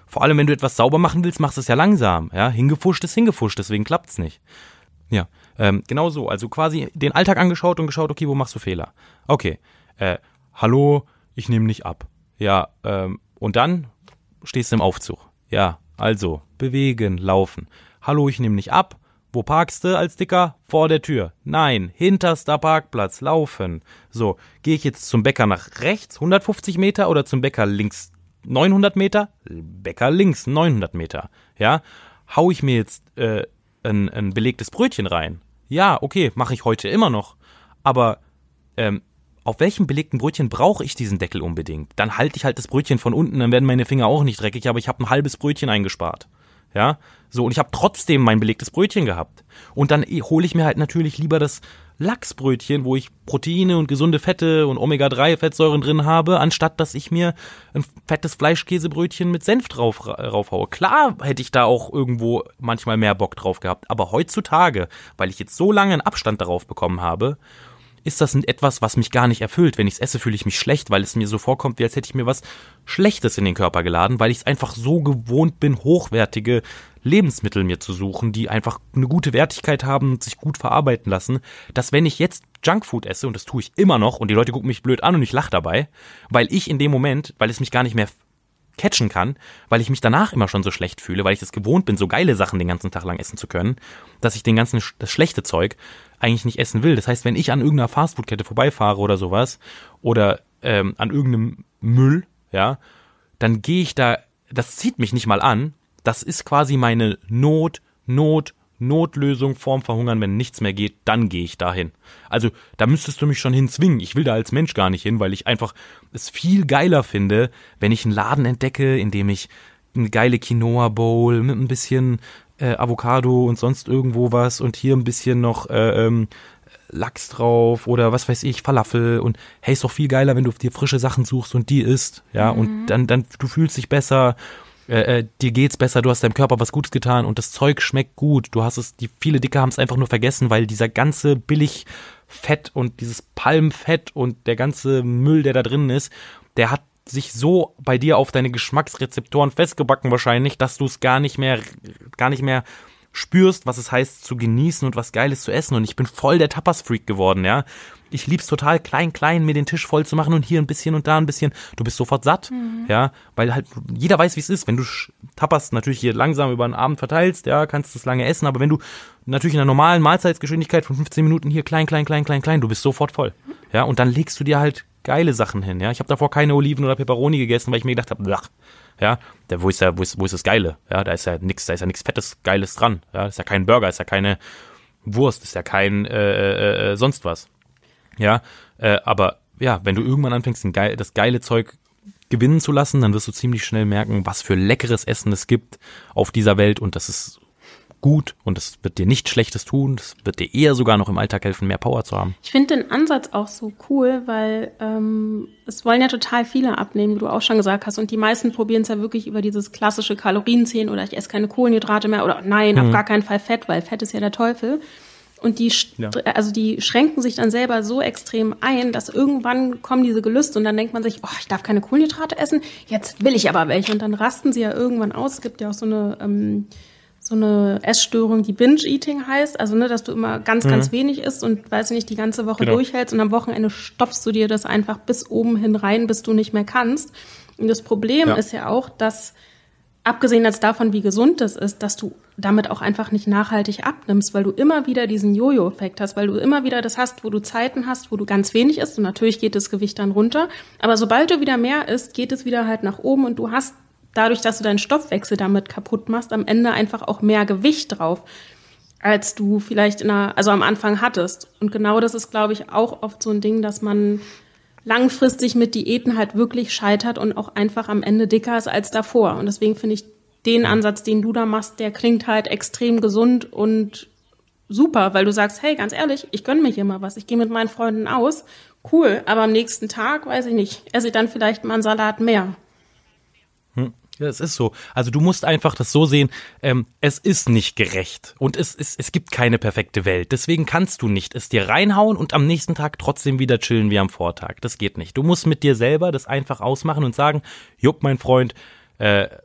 Vor allem, wenn du etwas sauber machen willst, machst du es ja langsam. Ja, hingefuscht ist hingefuscht, deswegen klappt's nicht. Ja, genau so. Also quasi den Alltag angeschaut und geschaut, okay, wo machst du Fehler? Okay, hallo, ich nehme nicht ab. Ja, und dann stehst du im Aufzug. Ja, also, bewegen, laufen. Hallo, ich nehme nicht ab. Wo parkst du als Dicker? Vor der Tür. Nein, hinterster Parkplatz, laufen. So, gehe ich jetzt zum Bäcker nach rechts, 150 Meter, oder zum Bäcker links 900 Meter? Bäcker links 900 Meter. Ja, hau ich mir jetzt ein belegtes Brötchen rein? Ja, okay, mache ich heute immer noch. Aber auf welchem belegten Brötchen brauche ich diesen Deckel unbedingt? Dann halte ich halt das Brötchen von unten, dann werden meine Finger auch nicht dreckig, aber ich habe ein halbes Brötchen eingespart. Ja, so, und ich habe trotzdem mein belegtes Brötchen gehabt. Und dann hole ich mir halt natürlich lieber das Lachsbrötchen, wo ich Proteine und gesunde Fette und Omega-3-Fettsäuren drin habe, anstatt dass ich mir ein fettes Fleischkäsebrötchen mit Senf raufhaue. Klar hätte ich da auch irgendwo manchmal mehr Bock drauf gehabt, aber heutzutage, weil ich jetzt so lange einen Abstand darauf bekommen habe, ist das etwas, was mich gar nicht erfüllt. Wenn ich es esse, fühle ich mich schlecht, weil es mir so vorkommt, wie als hätte ich mir was Schlechtes in den Körper geladen, weil ich es einfach so gewohnt bin, hochwertige Lebensmittel mir zu suchen, die einfach eine gute Wertigkeit haben und sich gut verarbeiten lassen, dass wenn ich jetzt Junkfood esse, und das tue ich immer noch, und die Leute gucken mich blöd an und ich lache dabei, weil ich in dem Moment, weil es mich gar nicht mehr catchen kann, weil ich mich danach immer schon so schlecht fühle, weil ich es gewohnt bin, so geile Sachen den ganzen Tag lang essen zu können, dass ich das schlechte Zeug eigentlich nicht essen will. Das heißt, wenn ich an irgendeiner Fastfood-Kette vorbeifahre oder sowas oder an irgendeinem Müll, ja, dann gehe ich da, das zieht mich nicht mal an, das ist quasi meine Notlösung vorm Verhungern, wenn nichts mehr geht, dann gehe ich dahin. Also da müsstest du mich schon hinzwingen. Ich will da als Mensch gar nicht hin, weil ich einfach es viel geiler finde, wenn ich einen Laden entdecke, in dem ich eine geile Quinoa-Bowl mit ein bisschen Avocado und sonst irgendwo was und hier ein bisschen noch Lachs drauf oder was weiß ich, Falafel, und hey, ist doch viel geiler, wenn du dir frische Sachen suchst und die isst, ja, und dann du fühlst dich besser, dir geht's besser, du hast deinem Körper was Gutes getan und das Zeug schmeckt gut. Du hast es, viele Dicke haben es einfach nur vergessen, weil dieser ganze Billigfett und dieses Palmfett und der ganze Müll, der da drin ist, der hat sich so bei dir auf deine Geschmacksrezeptoren festgebacken wahrscheinlich, dass du es gar nicht mehr spürst, was es heißt zu genießen und was Geiles zu essen. Und ich bin voll der Tapas-Freak geworden, ja. Ich lieb's total, klein, mir den Tisch voll zu machen und hier ein bisschen und da ein bisschen. Du bist sofort satt, ja, weil halt jeder weiß, wie es ist. Wenn du Tapas natürlich hier langsam über den Abend verteilst, ja, kannst du es lange essen, aber wenn du natürlich in einer normalen Mahlzeitsgeschwindigkeit von 15 Minuten hier klein, du bist sofort voll, ja, und dann legst du dir halt geile Sachen hin, ja. Ich habe davor keine Oliven oder Peperoni gegessen, weil ich mir gedacht habe, ja, wo ist das Geile? Ja, da ist ja nichts Fettes, Geiles dran. Ja, das ist ja kein Burger, ist ja keine Wurst, ist ja kein sonst was. Ja, aber ja, wenn du irgendwann anfängst, das geile Zeug gewinnen zu lassen, dann wirst du ziemlich schnell merken, was für leckeres Essen es gibt auf dieser Welt, und das ist gut und das wird dir nichts Schlechtes tun, das wird dir eher sogar noch im Alltag helfen, mehr Power zu haben. Ich finde den Ansatz auch so cool, weil es wollen ja total viele abnehmen, wie du auch schon gesagt hast, und die meisten probieren es ja wirklich über dieses klassische Kalorienzählen oder ich esse keine Kohlenhydrate mehr oder nein, auf gar keinen Fall Fett, weil Fett ist ja der Teufel. Und die schränken sich dann selber so extrem ein, dass irgendwann kommen diese Gelüste und dann denkt man sich, oh, ich darf keine Kohlenhydrate essen, jetzt will ich aber welche. Und dann rasten sie ja irgendwann aus. Es gibt ja auch so eine Essstörung, die Binge-Eating heißt, also dass du immer ganz wenig isst und, weiß ich nicht, die ganze Woche durchhältst und am Wochenende stopfst du dir das einfach bis oben hin rein, bis du nicht mehr kannst. Und das Problem ist ja auch, dass, abgesehen jetzt davon, wie gesund das ist, dass du damit auch einfach nicht nachhaltig abnimmst, weil du immer wieder diesen Jojo-Effekt hast, weil du immer wieder das hast, wo du Zeiten hast, wo du ganz wenig isst und natürlich geht das Gewicht dann runter, aber sobald du wieder mehr isst, geht es wieder halt nach oben und du hast dadurch, dass du deinen Stoffwechsel damit kaputt machst, am Ende einfach auch mehr Gewicht drauf, als du vielleicht am Anfang hattest. Und genau das ist, glaube ich, auch oft so ein Ding, dass man langfristig mit Diäten halt wirklich scheitert und auch einfach am Ende dicker ist als davor. Und deswegen finde ich den Ansatz, den du da machst, der klingt halt extrem gesund und super, weil du sagst, hey, ganz ehrlich, ich gönne mir hier mal was. Ich gehe mit meinen Freunden aus, cool, aber am nächsten Tag, weiß ich nicht, esse ich dann vielleicht mal einen Salat mehr. Ja, es ist so. Also du musst einfach das so sehen, es ist nicht gerecht und es gibt keine perfekte Welt. Deswegen kannst du nicht es dir reinhauen und am nächsten Tag trotzdem wieder chillen wie am Vortag. Das geht nicht. Du musst mit dir selber das einfach ausmachen und sagen, jupp, mein Freund,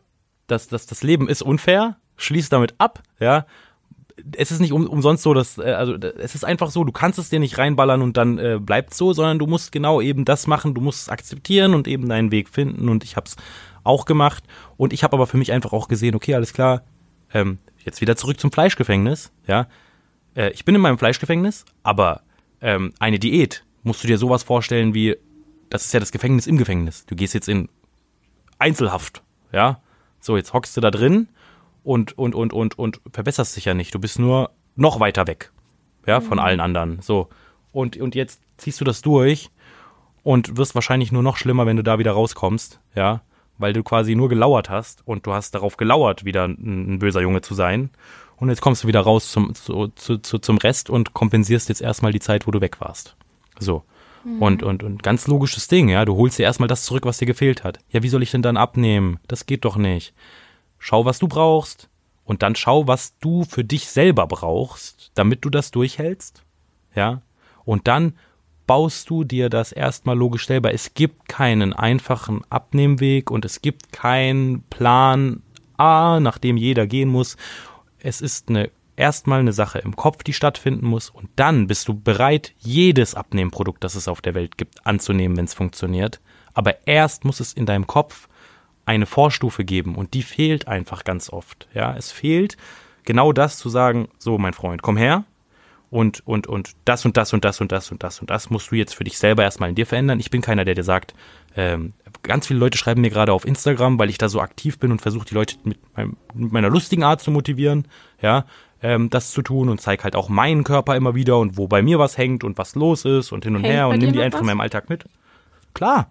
das Leben ist unfair, schließ damit ab, ja. Es ist nicht umsonst so, dass, es ist einfach so, du kannst es dir nicht reinballern und dann bleibt's so, sondern du musst genau eben das machen, du musst es akzeptieren und eben deinen Weg finden und ich hab's auch gemacht und ich habe aber für mich einfach auch gesehen, okay, alles klar, jetzt wieder zurück zum Fleischgefängnis, ja, ich bin in meinem Fleischgefängnis, aber eine Diät, musst du dir sowas vorstellen wie, das ist ja das Gefängnis im Gefängnis, du gehst jetzt in Einzelhaft, ja, so, jetzt hockst du da drin und verbesserst dich ja nicht. Du bist nur noch weiter weg, ja, von allen anderen. So. Und jetzt ziehst du das durch und wirst wahrscheinlich nur noch schlimmer, wenn du da wieder rauskommst, ja, weil du quasi nur gelauert hast und du hast darauf gelauert, wieder ein böser Junge zu sein. Und jetzt kommst du wieder raus zum Rest und kompensierst jetzt erstmal die Zeit, wo du weg warst. So. Und ganz logisches Ding, ja, du holst dir erstmal das zurück, was dir gefehlt hat. Ja, wie soll ich denn dann abnehmen? Das geht doch nicht. Schau, was du brauchst und dann schau, was du für dich selber brauchst, damit du das durchhältst, ja, und dann baust du dir das erstmal logisch selber. Es gibt keinen einfachen Abnehmweg und es gibt keinen Plan A, nach dem jeder gehen muss. Es ist erstmal eine Sache im Kopf, die stattfinden muss und dann bist du bereit, jedes Abnehmprodukt, das es auf der Welt gibt, anzunehmen, wenn es funktioniert. Aber erst muss es in deinem Kopf eine Vorstufe geben und die fehlt einfach ganz oft. Ja, es fehlt genau das zu sagen, so mein Freund, komm her und das und das und das und das und das und das musst du jetzt für dich selber erstmal in dir verändern. Ich bin keiner, der dir sagt, ganz viele Leute schreiben mir gerade auf Instagram, weil ich da so aktiv bin und versuche die Leute mit meiner lustigen Art zu motivieren, ja, das zu tun und zeige halt auch meinen Körper immer wieder und wo bei mir was hängt und was los ist und hin und her und nimm die einfach in meinem Alltag mit. Klar,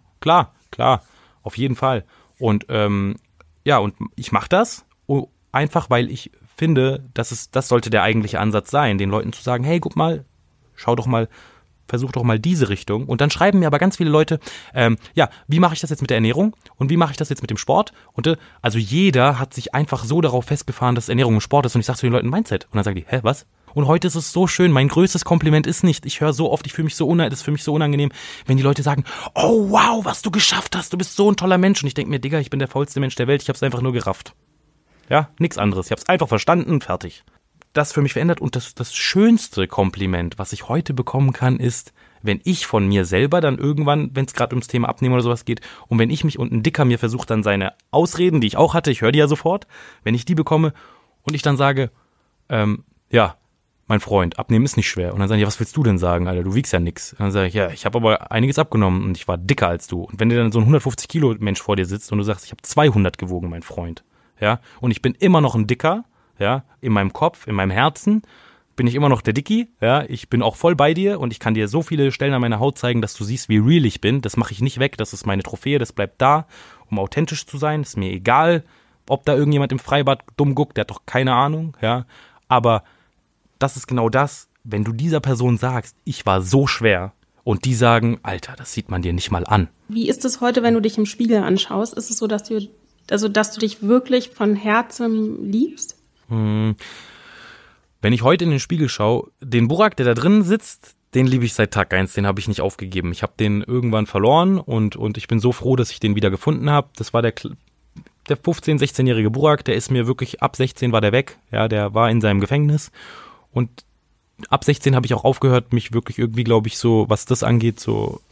auf jeden Fall. Und ja, und ich mache das einfach, weil ich finde, das sollte der eigentliche Ansatz sein, den Leuten zu sagen, hey, guck mal, schau doch mal, versuch doch mal diese Richtung. Und dann schreiben mir aber ganz viele Leute, ja, wie mache ich das jetzt mit der Ernährung und wie mache ich das jetzt mit dem Sport? Und also jeder hat sich einfach so darauf festgefahren, dass Ernährung und Sport ist. Und ich sage zu den Leuten Mindset. Und dann sagen die, hä, was? Und heute ist es so schön, mein größtes Kompliment ist nicht, ich höre so oft, das ist für mich so unangenehm, wenn die Leute sagen, oh wow, was du geschafft hast, du bist so ein toller Mensch. Und ich denke mir, Digga, ich bin der faulste Mensch der Welt, ich habe es einfach nur gerafft. Ja, nichts anderes, ich habe es einfach verstanden, fertig. Das für mich verändert und das schönste Kompliment, was ich heute bekommen kann, ist, wenn ich von mir selber dann irgendwann, wenn es gerade ums Thema Abnehmen oder sowas geht, und wenn ich mich und ein Dicker mir versucht dann seine Ausreden, die ich auch hatte, ich höre die ja sofort, wenn ich die bekomme und ich dann sage, ja, mein Freund, abnehmen ist nicht schwer. Und dann sagen die, ja, was willst du denn sagen, Alter, du wiegst ja nix. Und dann sage ich, ja, ich habe aber einiges abgenommen und ich war dicker als du. Und wenn dir dann so ein 150 Kilo Mensch vor dir sitzt und du sagst, ich habe 200 gewogen, mein Freund, ja, und ich bin immer noch ein Dicker, ja, in meinem Kopf, in meinem Herzen bin ich immer noch der Dickie, ja, ich bin auch voll bei dir und ich kann dir so viele Stellen an meiner Haut zeigen, dass du siehst, wie real ich bin. Das mache ich nicht weg, das ist meine Trophäe, das bleibt da, um authentisch zu sein. Ist mir egal, ob da irgendjemand im Freibad dumm guckt, der hat doch keine Ahnung, ja, aber das ist genau das, wenn du dieser Person sagst, ich war so schwer und die sagen, Alter, das sieht man dir nicht mal an. Wie ist es heute, wenn du dich im Spiegel anschaust? Ist es so, dass du dich wirklich von Herzen liebst? Wenn ich heute in den Spiegel schaue, den Burak, der da drin sitzt, den liebe ich seit Tag 1, den habe ich nicht aufgegeben. Ich habe den irgendwann verloren und ich bin so froh, dass ich den wieder gefunden habe. Das war der 15-, 16-jährige Burak, der ist mir wirklich, ab 16 war der weg, ja, der war in seinem Gefängnis. Und ab 16 habe ich auch aufgehört, mich wirklich irgendwie, glaube ich, so, was das angeht, so,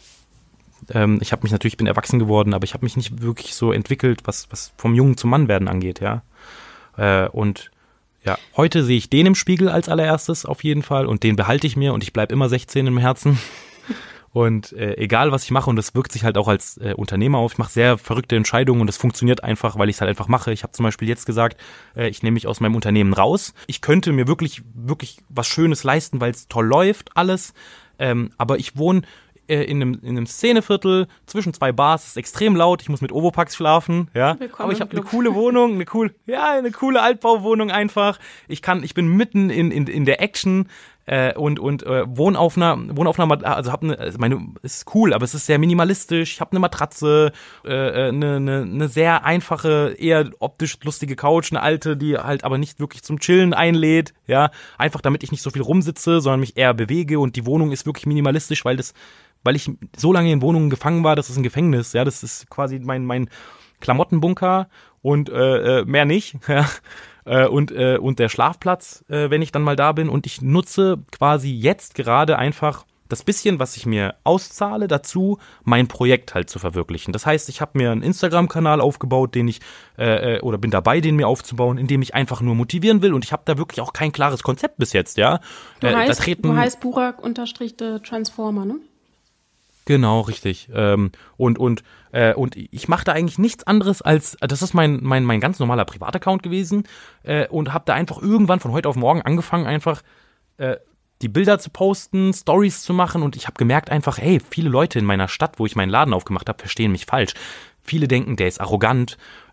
ich bin erwachsen geworden, aber ich habe mich nicht wirklich so entwickelt, was vom Jungen zum Mann werden angeht, ja. Und ja, heute sehe ich den im Spiegel als allererstes auf jeden Fall und den behalte ich mir und ich bleibe immer 16 im Herzen. Und egal, was ich mache, und das wirkt sich halt auch als Unternehmer auf, ich mache sehr verrückte Entscheidungen und das funktioniert einfach, weil ich es halt einfach mache. Ich habe zum Beispiel jetzt gesagt, ich nehme mich aus meinem Unternehmen raus. Ich könnte mir wirklich, wirklich was Schönes leisten, weil es toll läuft, alles. Aber ich wohne in einem Szeneviertel zwischen 2 Bars, es ist extrem laut, ich muss mit Ovopax schlafen, ja. Aber ich habe eine coole Wohnung, eine coole Altbauwohnung einfach. Ich bin mitten in der Action. Und wohne auf einer, also ist cool, aber es ist sehr minimalistisch. Ich habe eine Matratze, eine sehr einfache, eher optisch lustige Couch, eine alte, die halt aber nicht wirklich zum Chillen einlädt, ja, einfach damit ich nicht so viel rumsitze, sondern mich eher bewege und die Wohnung ist wirklich minimalistisch, weil ich so lange in Wohnungen gefangen war, das ist ein Gefängnis, ja, das ist quasi mein Klamottenbunker und mehr nicht. Und der Schlafplatz, wenn ich dann mal da bin. Und ich nutze quasi jetzt gerade einfach das bisschen, was ich mir auszahle, dazu mein Projekt halt zu verwirklichen. Das heißt, ich habe mir einen Instagram-Kanal aufgebaut, den ich oder bin dabei, den mir aufzubauen, in dem ich einfach nur motivieren will. Und ich habe da wirklich auch kein klares Konzept bis jetzt, ja. Du heißt Burak_Transformer, ne? Genau, richtig. Und ich mache da eigentlich nichts anderes als, das ist mein ganz normaler Privataccount gewesen und habe da einfach irgendwann von heute auf morgen angefangen, einfach die Bilder zu posten, Stories zu machen und ich habe gemerkt einfach, hey, viele Leute in meiner Stadt, wo ich meinen Laden aufgemacht habe, verstehen mich falsch. Viele denken, der ist arrogant,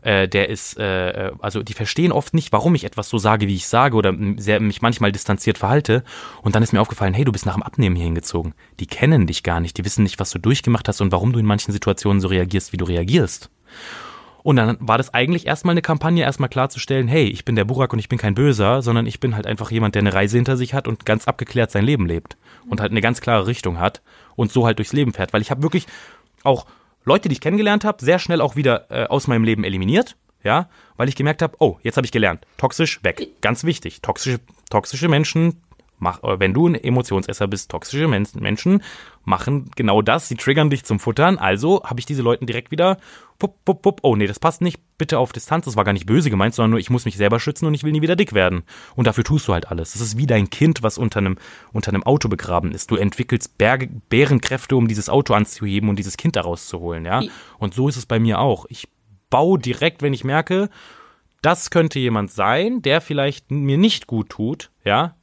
also die verstehen oft nicht, warum ich etwas so sage, wie ich sage oder mich manchmal distanziert verhalte. Und dann ist mir aufgefallen, hey, du bist nach dem Abnehmen hier hingezogen. Die kennen dich gar nicht, die wissen nicht, was du durchgemacht hast und warum du in manchen Situationen so reagierst, wie du reagierst. Und dann war das eigentlich erstmal eine Kampagne, erstmal klarzustellen, hey, ich bin der Burak und ich bin kein Böser, sondern ich bin halt einfach jemand, der eine Reise hinter sich hat und ganz abgeklärt sein Leben lebt und halt eine ganz klare Richtung hat und so halt durchs Leben fährt. Weil ich habe wirklich auch Leute, die ich kennengelernt habe, sehr schnell auch wieder aus meinem Leben eliminiert, ja, weil ich gemerkt habe, oh, jetzt habe ich gelernt, toxisch weg, ganz wichtig, toxische Menschen, wenn du ein Emotionsesser bist, toxische Menschen machen genau das, sie triggern dich zum Futtern, also habe ich diese Leute direkt wieder, oh nee, das passt nicht, bitte auf Distanz, das war gar nicht böse gemeint, sondern nur, ich muss mich selber schützen und ich will nie wieder dick werden. Und dafür tust du halt alles. Das ist wie dein Kind, was unter einem Auto begraben ist. Du entwickelst Bärenkräfte, um dieses Auto anzuheben und dieses Kind da rauszuholen, ja. Und so ist es bei mir auch. Ich baue direkt, wenn ich merke, das könnte jemand sein, der vielleicht mir nicht gut tut, ja,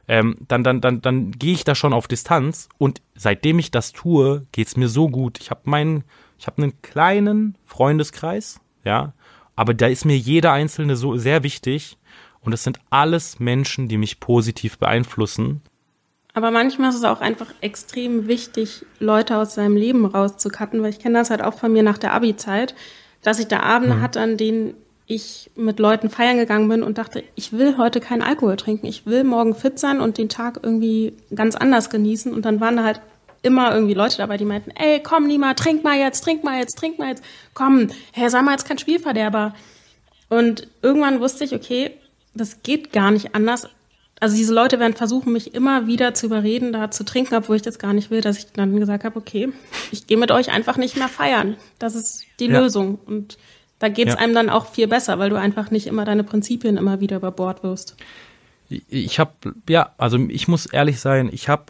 dann gehe ich da schon auf Distanz und seitdem ich das tue, geht's mir so gut. Ich habe einen kleinen Freundeskreis, ja, aber da ist mir jeder Einzelne so sehr wichtig und es sind alles Menschen, die mich positiv beeinflussen. Aber manchmal ist es auch einfach extrem wichtig, Leute aus seinem Leben rauszucutten, weil ich kenne das halt auch von mir nach der Abi-Zeit, dass ich da Abende hatte, an denen ich mit Leuten feiern gegangen bin und dachte, ich will heute keinen Alkohol trinken, ich will morgen fit sein und den Tag irgendwie ganz anders genießen. Und dann waren da halt immer irgendwie Leute dabei, die meinten, ey, komm, Nima, trink mal jetzt, komm, hey, sei mal jetzt kein Spielverderber. Und irgendwann wusste ich, okay, das geht gar nicht anders. Also diese Leute werden versuchen, mich immer wieder zu überreden, da zu trinken, obwohl ich das gar nicht will, dass ich dann gesagt habe, okay, ich gehe mit euch einfach nicht mehr feiern. Das ist die Lösung. Und da geht's einem dann auch viel besser, weil du einfach nicht immer deine Prinzipien immer wieder über Bord wirfst. Ich muss ehrlich sein, ich habe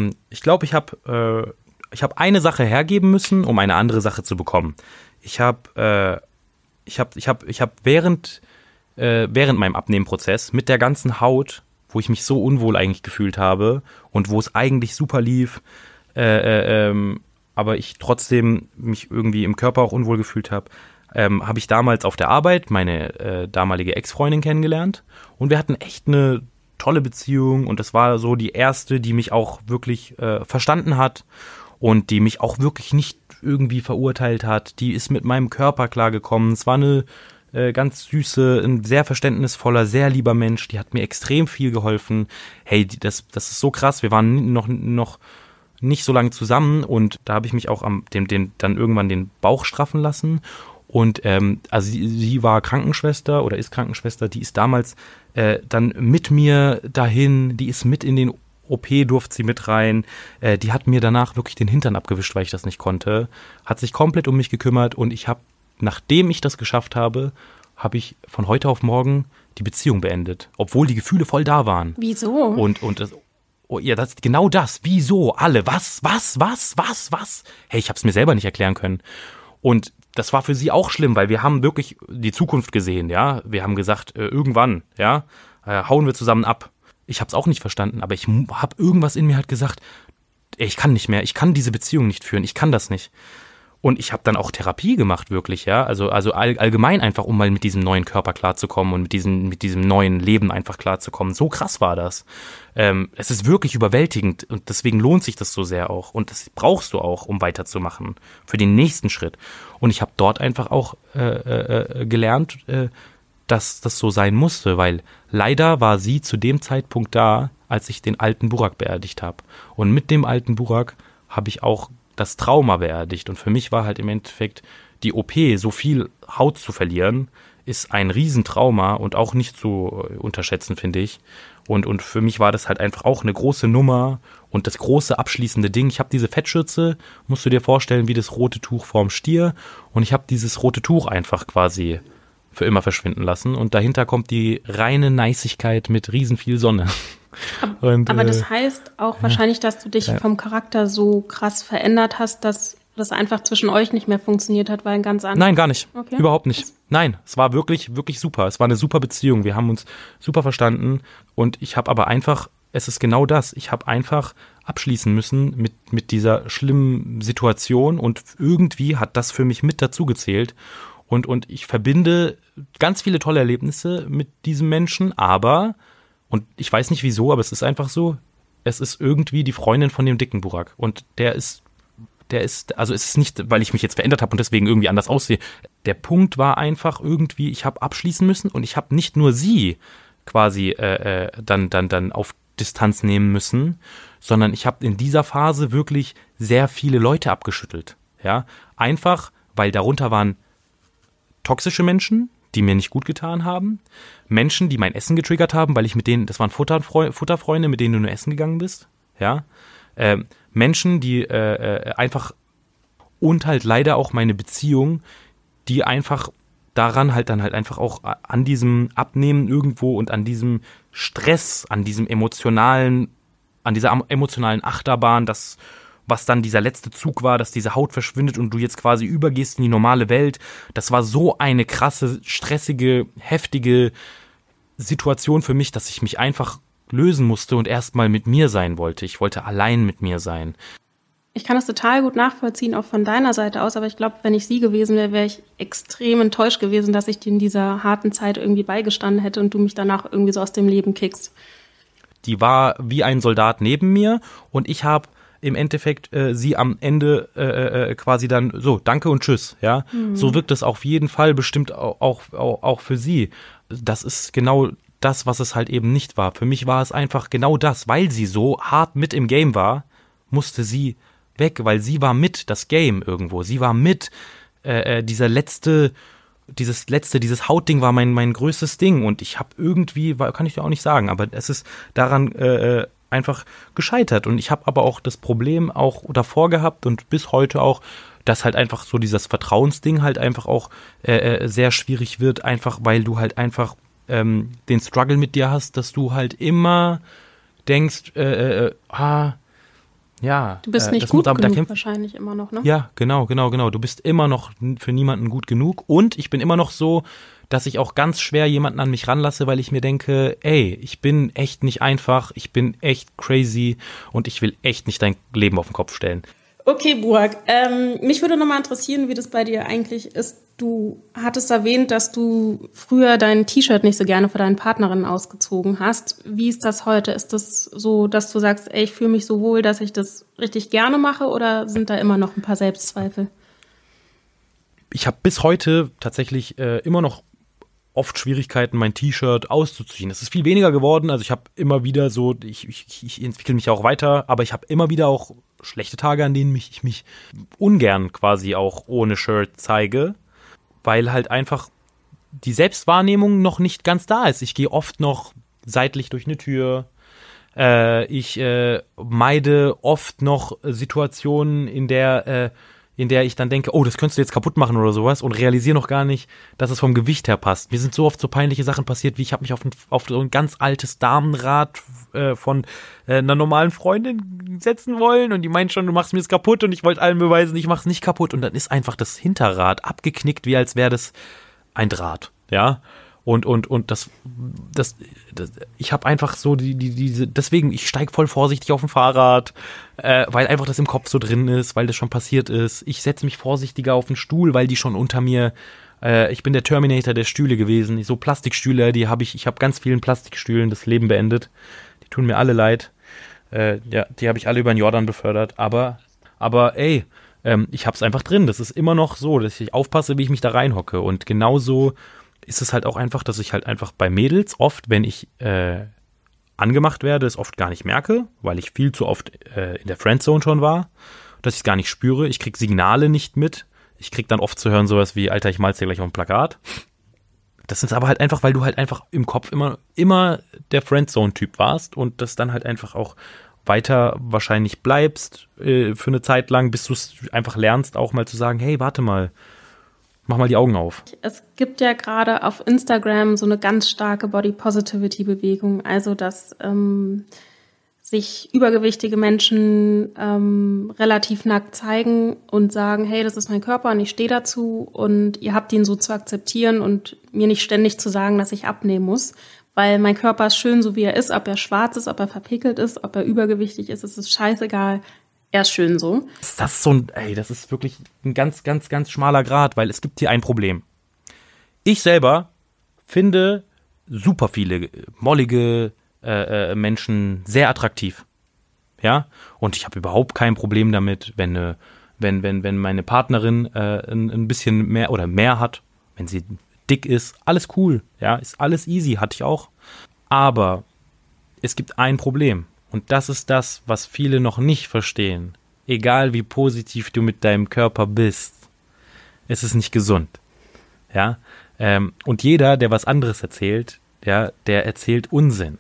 eine Sache hergeben müssen, um eine andere Sache zu bekommen. Ich habe während meinem Abnehmprozess mit der ganzen Haut, wo ich mich so unwohl eigentlich gefühlt habe und wo es eigentlich super lief, aber ich trotzdem mich irgendwie im Körper auch unwohl gefühlt habe, habe ich damals auf der Arbeit meine damalige Ex-Freundin kennengelernt und wir hatten echt eine tolle Beziehung und das war so die erste, die mich auch wirklich verstanden hat und die mich auch wirklich nicht irgendwie verurteilt hat. Die ist mit meinem Körper klargekommen. Es war eine ganz süße, ein sehr verständnisvoller, sehr lieber Mensch. Die hat mir extrem viel geholfen. Hey, das ist so krass. Wir waren noch nicht so lange zusammen und da habe ich mich auch dann irgendwann den Bauch straffen lassen. Und also sie war Krankenschwester oder ist Krankenschwester, die ist damals dann mit mir dahin, die ist mit in den OP, durfte sie mit rein, die hat mir danach wirklich den Hintern abgewischt, weil ich das nicht konnte, hat sich komplett um mich gekümmert und nachdem ich das geschafft habe, habe ich von heute auf morgen die Beziehung beendet, obwohl die Gefühle voll da waren. Wieso? Und das genau das, wieso, alle, was? Hey, ich habe es mir selber nicht erklären können. Und das war für sie auch schlimm, weil wir haben wirklich die Zukunft gesehen, ja. Wir haben gesagt, irgendwann, ja, hauen wir zusammen ab. Ich habe es auch nicht verstanden, aber ich habe irgendwas in mir halt gesagt, ey, ich kann nicht mehr, ich kann diese Beziehung nicht führen, ich kann das nicht. Und ich habe dann auch Therapie gemacht, wirklich, ja. Also allgemein einfach, um mal mit diesem neuen Körper klarzukommen und mit diesem neuen Leben einfach klarzukommen. So krass war das. Es ist wirklich überwältigend und deswegen lohnt sich das so sehr auch. Und das brauchst du auch, um weiterzumachen für den nächsten Schritt. Und ich habe dort einfach auch gelernt, dass das so sein musste, weil leider war sie zu dem Zeitpunkt da, als ich den alten Burak beerdigt habe. Und mit dem alten Burak habe ich auch das Trauma beerdigt. Und für mich war halt im Endeffekt die OP, so viel Haut zu verlieren, ist ein Riesentrauma und auch nicht zu unterschätzen, finde ich. Und für mich war das halt einfach auch eine große Nummer und das große abschließende Ding. Ich habe diese Fettschürze, musst du dir vorstellen, wie das rote Tuch vorm Stier. Und ich habe dieses rote Tuch einfach quasi für immer verschwinden lassen. Und dahinter kommt die reine Neißigkeit mit riesen viel Sonne. Aber das heißt auch wahrscheinlich, dass du dich vom Charakter so krass verändert hast, dass das einfach zwischen euch nicht mehr funktioniert hat, weil ein ganz anderes... Nein, gar nicht. Okay. Überhaupt nicht. Nein, es war wirklich, wirklich super. Es war eine super Beziehung. Wir haben uns super verstanden. Und ich habe aber einfach, es ist genau das, ich habe einfach abschließen müssen mit dieser schlimmen Situation. Und irgendwie hat das für mich mit dazu gezählt. Und ich verbinde ganz viele tolle Erlebnisse mit diesem Menschen, aber, und ich weiß nicht wieso, aber es ist einfach so, es ist irgendwie die Freundin von dem dicken Burak. Und also es ist nicht, weil ich mich jetzt verändert habe und deswegen irgendwie anders aussehe. Der Punkt war einfach irgendwie, ich habe abschließen müssen und ich habe nicht nur sie quasi dann auf Distanz nehmen müssen, sondern ich habe in dieser Phase wirklich sehr viele Leute abgeschüttelt. Ja, einfach, weil darunter waren toxische Menschen, die mir nicht gut getan haben, Menschen, die mein Essen getriggert haben, weil ich mit denen, das waren Futterfreunde, mit denen du nur essen gegangen bist, ja, Menschen, die einfach, und halt leider auch meine Beziehung, die einfach daran halt dann halt einfach auch an diesem Abnehmen irgendwo und an diesem Stress, an dieser emotionalen Achterbahn, das, was dann dieser letzte Zug war, dass diese Haut verschwindet und du jetzt quasi übergehst in die normale Welt, das war so eine krasse, stressige, heftige Situation für mich, dass ich mich einfach lösen musste und erstmal mit mir sein wollte. Ich wollte allein mit mir sein. Ich kann das total gut nachvollziehen, auch von deiner Seite aus, aber ich glaube, wenn ich sie gewesen wäre, wäre ich extrem enttäuscht gewesen, dass ich dir in dieser harten Zeit irgendwie beigestanden hätte und du mich danach irgendwie so aus dem Leben kickst. Die war wie ein Soldat neben mir und ich habe im Endeffekt sie am Ende quasi dann so, danke und tschüss, ja. So wirkt es auf jeden Fall bestimmt auch für sie. Das ist genau das, was es halt eben nicht war. Für mich war es einfach genau das, weil sie so hart mit im Game war, musste sie weg, weil sie war mit das Game irgendwo. Sie war mit dieses Hautding war mein größtes Ding und ich habe irgendwie, kann ich dir auch nicht sagen, aber es ist daran einfach gescheitert und ich habe aber auch das Problem auch davor gehabt und bis heute auch, dass halt einfach so dieses Vertrauensding halt einfach auch sehr schwierig wird, einfach weil du halt einfach den Struggle mit dir hast, dass du halt immer denkst, ja. Du bist nicht gut genug wahrscheinlich immer noch, ne? Ja, genau. Du bist immer noch für niemanden gut genug und ich bin immer noch so, dass ich auch ganz schwer jemanden an mich ranlasse, weil ich mir denke, ey, ich bin echt nicht einfach, ich bin echt crazy und ich will echt nicht dein Leben auf den Kopf stellen. Okay, Burak, mich würde nochmal interessieren, wie das bei dir eigentlich ist. Du hattest erwähnt, dass du früher dein T-Shirt nicht so gerne vor deinen Partnerinnen ausgezogen hast. Wie ist das heute? Ist das so, dass du sagst, ey, ich fühle mich so wohl, dass ich das richtig gerne mache oder sind da immer noch ein paar Selbstzweifel? Ich habe bis heute tatsächlich immer noch oft Schwierigkeiten, mein T-Shirt auszuziehen. Es ist viel weniger geworden, also ich habe immer wieder so, ich entwickle mich auch weiter, aber ich habe immer wieder auch schlechte Tage, an denen ich mich ungern quasi auch ohne Shirt zeige, weil halt einfach die Selbstwahrnehmung noch nicht ganz da ist. Ich gehe oft noch seitlich durch eine Tür, ich meide oft noch Situationen, in der ich dann denke, oh, das könntest du jetzt kaputt machen oder sowas und realisiere noch gar nicht, dass es vom Gewicht her passt. Mir sind so oft so peinliche Sachen passiert, wie ich habe mich auf so ein ganz altes Damenrad von einer normalen Freundin setzen wollen und die meint schon, du machst mir das kaputt und ich wollte allen beweisen, ich mach's nicht kaputt und dann ist einfach das Hinterrad abgeknickt, wie als wäre das ein Draht, ja. Und das ich habe einfach so deswegen, ich steige voll vorsichtig auf dem Fahrrad, weil einfach das im Kopf so drin ist, weil das schon passiert ist. Ich setze mich vorsichtiger auf den Stuhl, weil die schon unter mir, ich bin der Terminator der Stühle gewesen. So Plastikstühle, ich habe ganz vielen Plastikstühlen das Leben beendet. Die tun mir alle leid. Ja, die habe ich alle über den Jordan befördert. Aber ey, ich hab's einfach drin. Das ist immer noch so, dass ich aufpasse, wie ich mich da reinhocke. Und genauso ist es halt auch einfach, dass ich halt einfach bei Mädels oft, wenn ich angemacht werde, es oft gar nicht merke, weil ich viel zu oft in der Friendzone schon war, dass ich es gar nicht spüre. Ich krieg Signale nicht mit. Ich krieg dann oft zu hören sowas wie, Alter, ich mal's dir gleich auf ein Plakat. Das ist aber halt einfach, weil du halt einfach im Kopf immer der Friendzone-Typ warst und das dann halt einfach auch weiter wahrscheinlich bleibst für eine Zeit lang, bis du es einfach lernst, auch mal zu sagen, hey, warte mal, mach mal die Augen auf. Es gibt ja gerade auf Instagram so eine ganz starke Body-Positivity-Bewegung, also dass sich übergewichtige Menschen relativ nackt zeigen und sagen, hey, das ist mein Körper und ich stehe dazu und ihr habt ihn so zu akzeptieren und mir nicht ständig zu sagen, dass ich abnehmen muss, weil mein Körper ist schön, so wie er ist, ob er schwarz ist, ob er verpickelt ist, ob er übergewichtig ist, es ist scheißegal, er ist schön so. Das ist wirklich ein ganz, ganz, ganz schmaler Grat, weil es gibt hier ein Problem. Ich selber finde super viele mollige Menschen sehr attraktiv. Ja? Und ich habe überhaupt kein Problem damit, wenn meine Partnerin ein bisschen mehr oder mehr hat, wenn sie dick ist, alles cool, ja, ist alles easy, hatte ich auch. Aber es gibt ein Problem und das ist das, was viele noch nicht verstehen. Egal wie positiv du mit deinem Körper bist, es ist nicht gesund, ja. Und jeder, der was anderes erzählt, ja, der erzählt Unsinn.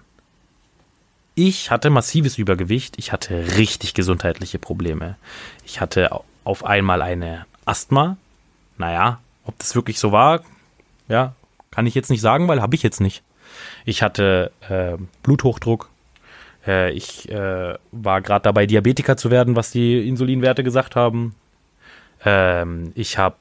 Ich hatte massives Übergewicht, ich hatte richtig gesundheitliche Probleme. Ich hatte auf einmal eine Asthma. Naja, ob das wirklich so war, ja, kann ich jetzt nicht sagen, weil habe ich jetzt nicht. Ich hatte Bluthochdruck. Ich war gerade dabei, Diabetiker zu werden, was die Insulinwerte gesagt haben. Ich habe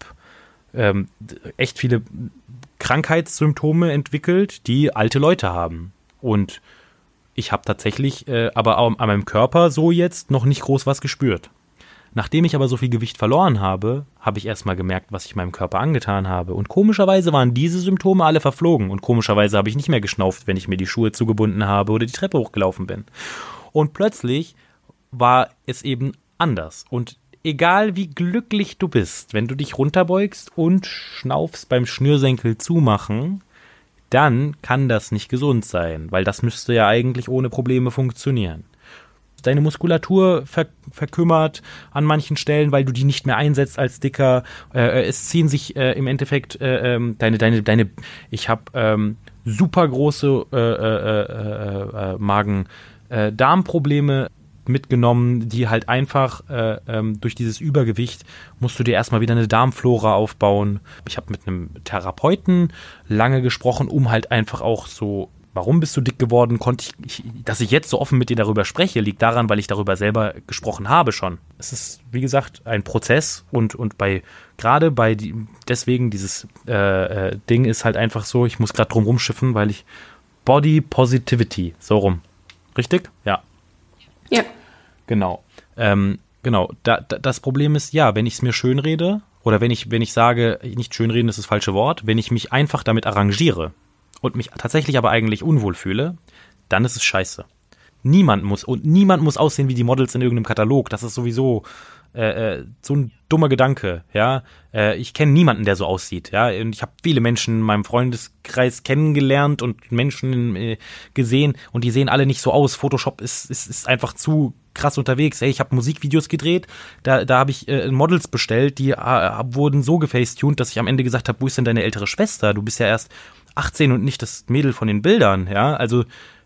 echt viele Krankheitssymptome entwickelt, die alte Leute haben. Und ich habe tatsächlich aber auch an meinem Körper so jetzt noch nicht groß was gespürt. Nachdem ich aber so viel Gewicht verloren habe, habe ich erstmal gemerkt, was ich meinem Körper angetan habe. Und komischerweise waren diese Symptome alle verflogen. Und komischerweise habe ich nicht mehr geschnauft, wenn ich mir die Schuhe zugebunden habe oder die Treppe hochgelaufen bin. Und plötzlich war es eben anders. Und egal wie glücklich du bist, wenn du dich runterbeugst und schnaufst beim Schnürsenkel zumachen, dann kann das nicht gesund sein, weil das müsste ja eigentlich ohne Probleme funktionieren. Deine Muskulatur verkümmert an manchen Stellen, weil du die nicht mehr einsetzt als Dicker. Es ziehen sich im Endeffekt ich habe super große Magen-Darm-Probleme mitgenommen, die halt einfach durch dieses Übergewicht musst du dir erstmal wieder eine Darmflora aufbauen. Ich habe mit einem Therapeuten lange gesprochen, um halt einfach auch so, warum bist du dick geworden, dass ich jetzt so offen mit dir darüber spreche, liegt daran, weil ich darüber selber gesprochen habe schon. Es ist, wie gesagt, ein Prozess und deswegen dieses Ding ist halt einfach so, ich muss gerade drum rumschiffen, weil ich Body Positivity, so rum. Richtig? Ja. Ja. Genau. Das Problem ist, ja, wenn ich es mir schönrede, oder wenn ich sage, nicht schönreden ist das falsche Wort, wenn ich mich einfach damit arrangiere und mich tatsächlich aber eigentlich unwohl fühle, dann ist es scheiße. Niemand muss aussehen wie die Models in irgendeinem Katalog. Das ist sowieso so ein dummer Gedanke, ja. Ich kenne niemanden, der so aussieht, ja. Und ich habe viele Menschen in meinem Freundeskreis kennengelernt und Menschen gesehen und die sehen alle nicht so aus. Photoshop ist einfach zu krass unterwegs. Ey, ich habe Musikvideos gedreht, da habe ich Models bestellt, die wurden so gefacetuned, dass ich am Ende gesagt habe, wo ist denn deine ältere Schwester? Du bist ja erst 18 und nicht das Mädel von den Bildern, ja. Also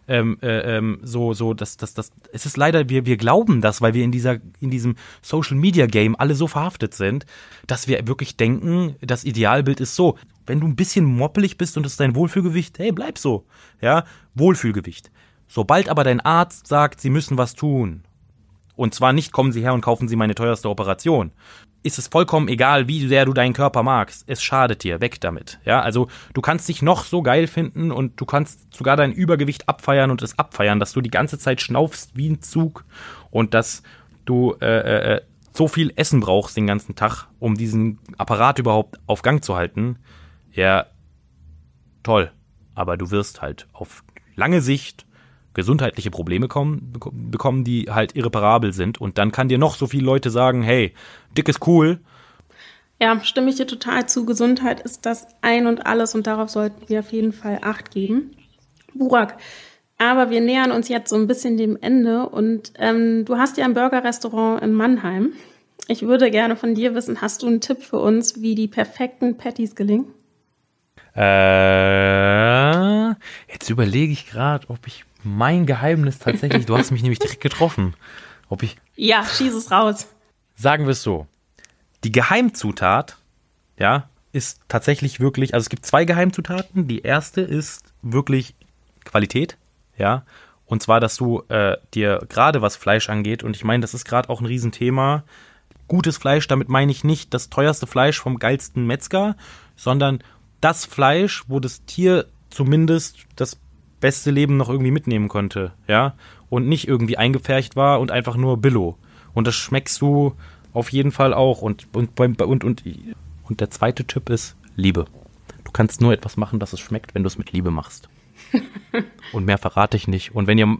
es ist leider, wir glauben das, weil wir in diesem Social Media Game alle so verhaftet sind, dass wir wirklich denken, das Idealbild ist so. Wenn du ein bisschen moppelig bist und das ist dein Wohlfühlgewicht, hey, bleib so, ja, Wohlfühlgewicht. Sobald aber dein Arzt sagt, sie müssen was tun, und zwar nicht, kommen Sie her und kaufen Sie meine teuerste Operation, ist es vollkommen egal, wie sehr du deinen Körper magst. Es schadet dir, weg damit. Ja, also du kannst dich noch so geil finden und du kannst sogar dein Übergewicht abfeiern und es abfeiern, dass du die ganze Zeit schnaufst wie ein Zug und dass du so viel Essen brauchst den ganzen Tag, um diesen Apparat überhaupt auf Gang zu halten. Ja, toll. Aber du wirst halt auf lange Sicht gesundheitliche Probleme bekommen, die halt irreparabel sind. Und dann kann dir noch so viele Leute sagen, hey, dick ist cool. Ja, stimme ich dir total zu. Gesundheit ist das Ein und Alles und darauf sollten wir auf jeden Fall Acht geben. Burak, aber wir nähern uns jetzt so ein bisschen dem Ende und du hast ja ein Burger-Restaurant in Mannheim. Ich würde gerne von dir wissen, hast du einen Tipp für uns, wie die perfekten Patties gelingen? Jetzt überlege ich gerade, ob ich mein Geheimnis tatsächlich, du hast mich nämlich direkt getroffen, Ja, schieß es raus. Sagen wir es so, die Geheimzutat, ja, ist tatsächlich wirklich, also es gibt 2 Geheimzutaten. Die erste ist wirklich Qualität, ja, und zwar, dass du dir gerade was Fleisch angeht, und ich meine, das ist gerade auch ein Riesenthema, gutes Fleisch, damit meine ich nicht das teuerste Fleisch vom geilsten Metzger, sondern das Fleisch, wo das Tier zumindest das beste Leben noch irgendwie mitnehmen konnte, ja, und nicht irgendwie eingepfercht war und einfach nur Billo. Und das schmeckst du auf jeden Fall auch. Und der zweite Tipp ist Liebe. Du kannst nur etwas machen, dass es schmeckt, wenn du es mit Liebe machst. Und mehr verrate ich nicht. Und wenn ihr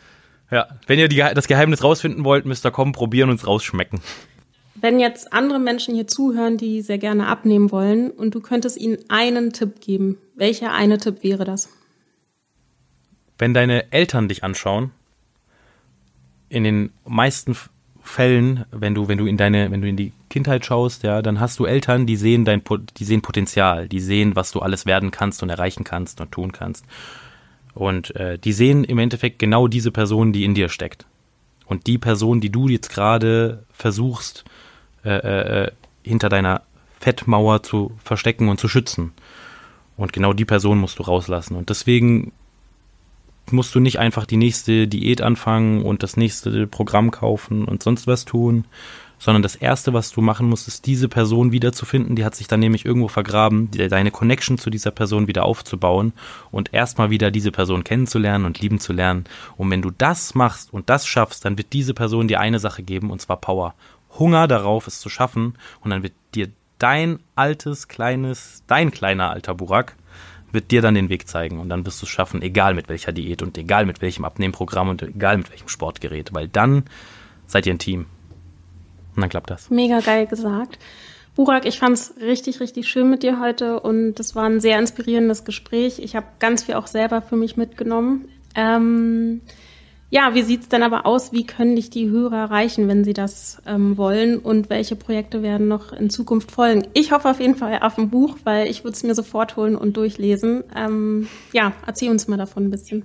das Geheimnis rausfinden wollt, müsst ihr kommen, probieren und es rausschmecken. Wenn jetzt andere Menschen hier zuhören, die sehr gerne abnehmen wollen und du könntest ihnen einen Tipp geben, welcher eine Tipp wäre das? Wenn deine Eltern dich anschauen, in den meisten Fällen, wenn du in die Kindheit schaust, ja, dann hast du Eltern, die sehen Potenzial, die sehen, was du alles werden kannst und erreichen kannst und tun kannst. Und die sehen im Endeffekt genau diese Person, die in dir steckt. Und die Person, die du jetzt gerade versuchst, hinter deiner Fettmauer zu verstecken und zu schützen. Und genau die Person musst du rauslassen. Und deswegen musst du nicht einfach die nächste Diät anfangen und das nächste Programm kaufen und sonst was tun, sondern das Erste, was du machen musst, ist, diese Person wiederzufinden. Die hat sich dann nämlich irgendwo vergraben, deine Connection zu dieser Person wieder aufzubauen und erstmal wieder diese Person kennenzulernen und lieben zu lernen. Und wenn du das machst und das schaffst, dann wird diese Person dir eine Sache geben, und zwar Power. Hunger darauf, es zu schaffen, und dann wird dir dein kleiner alter Burak wird dir dann den Weg zeigen, und dann wirst du es schaffen, egal mit welcher Diät und egal mit welchem Abnehmprogramm und egal mit welchem Sportgerät, weil dann seid ihr ein Team. Und dann klappt das. Mega geil gesagt. Burak, ich fand es richtig, richtig schön mit dir heute, und es war ein sehr inspirierendes Gespräch. Ich habe ganz viel auch selber für mich mitgenommen. Ja, wie sieht's denn aber aus? Wie können dich die Hörer erreichen, wenn sie das wollen? Und welche Projekte werden noch in Zukunft folgen? Ich hoffe auf jeden Fall auf ein Buch, weil ich würde es mir sofort holen und durchlesen. Ja, erzähl uns mal davon ein bisschen.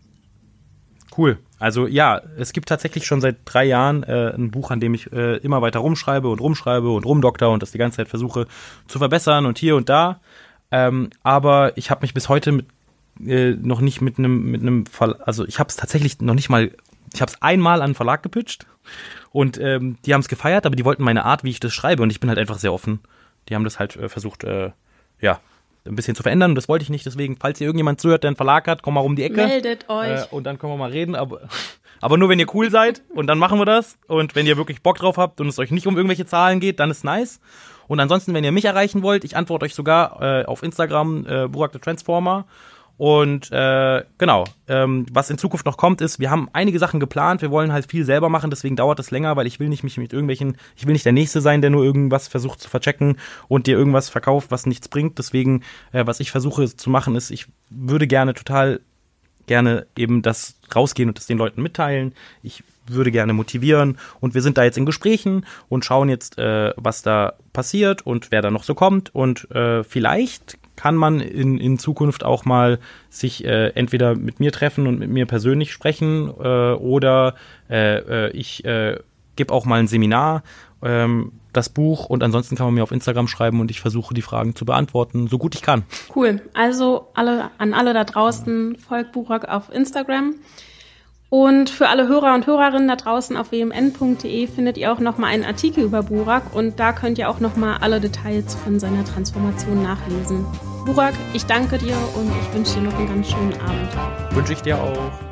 Cool. Also ja, es gibt tatsächlich schon seit 3 Jahren ein Buch, an dem ich immer weiter rumschreibe und rumdokter und das die ganze Zeit versuche zu verbessern und hier und da. Aber ich habe mich bis heute noch nicht mit einem Verlag, also ich habe es tatsächlich noch nicht mal, ich habe es einmal an einen Verlag gepitcht und die haben es gefeiert, aber die wollten meine Art, wie ich das schreibe, und ich bin halt einfach sehr offen. Die haben das halt versucht, ein bisschen zu verändern, und das wollte ich nicht, deswegen, falls ihr irgendjemand zuhört, der einen Verlag hat, komm mal um die Ecke. Meldet euch. Und dann können wir mal reden, aber nur, wenn ihr cool seid, und dann machen wir das, und wenn ihr wirklich Bock drauf habt und es euch nicht um irgendwelche Zahlen geht, dann ist nice. Und ansonsten, wenn ihr mich erreichen wollt, ich antworte euch sogar auf Instagram, Burak the Transformer. Und genau, was in Zukunft noch kommt, ist, wir haben einige Sachen geplant, wir wollen halt viel selber machen, deswegen dauert das länger, weil ich will nicht der Nächste sein, der nur irgendwas versucht zu verchecken und dir irgendwas verkauft, was nichts bringt. Deswegen, was ich versuche zu machen, ist, ich würde total gerne eben das rausgehen und das den Leuten mitteilen. Ich würde gerne motivieren, und wir sind da jetzt in Gesprächen und schauen jetzt, was da passiert und wer da noch so kommt, und vielleicht kann man in Zukunft auch mal sich entweder mit mir treffen und mit mir persönlich sprechen, oder ich gebe auch mal ein Seminar, das Buch, und ansonsten kann man mir auf Instagram schreiben und ich versuche, die Fragen zu beantworten, so gut ich kann. Cool. Also an alle da draußen, folgt Burak auf Instagram. Und für alle Hörer und Hörerinnen da draußen auf wmn.de findet ihr auch nochmal einen Artikel über Burak, und da könnt ihr auch nochmal alle Details von seiner Transformation nachlesen. Burak, ich danke dir und ich wünsche dir noch einen ganz schönen Abend. Wünsche ich dir auch.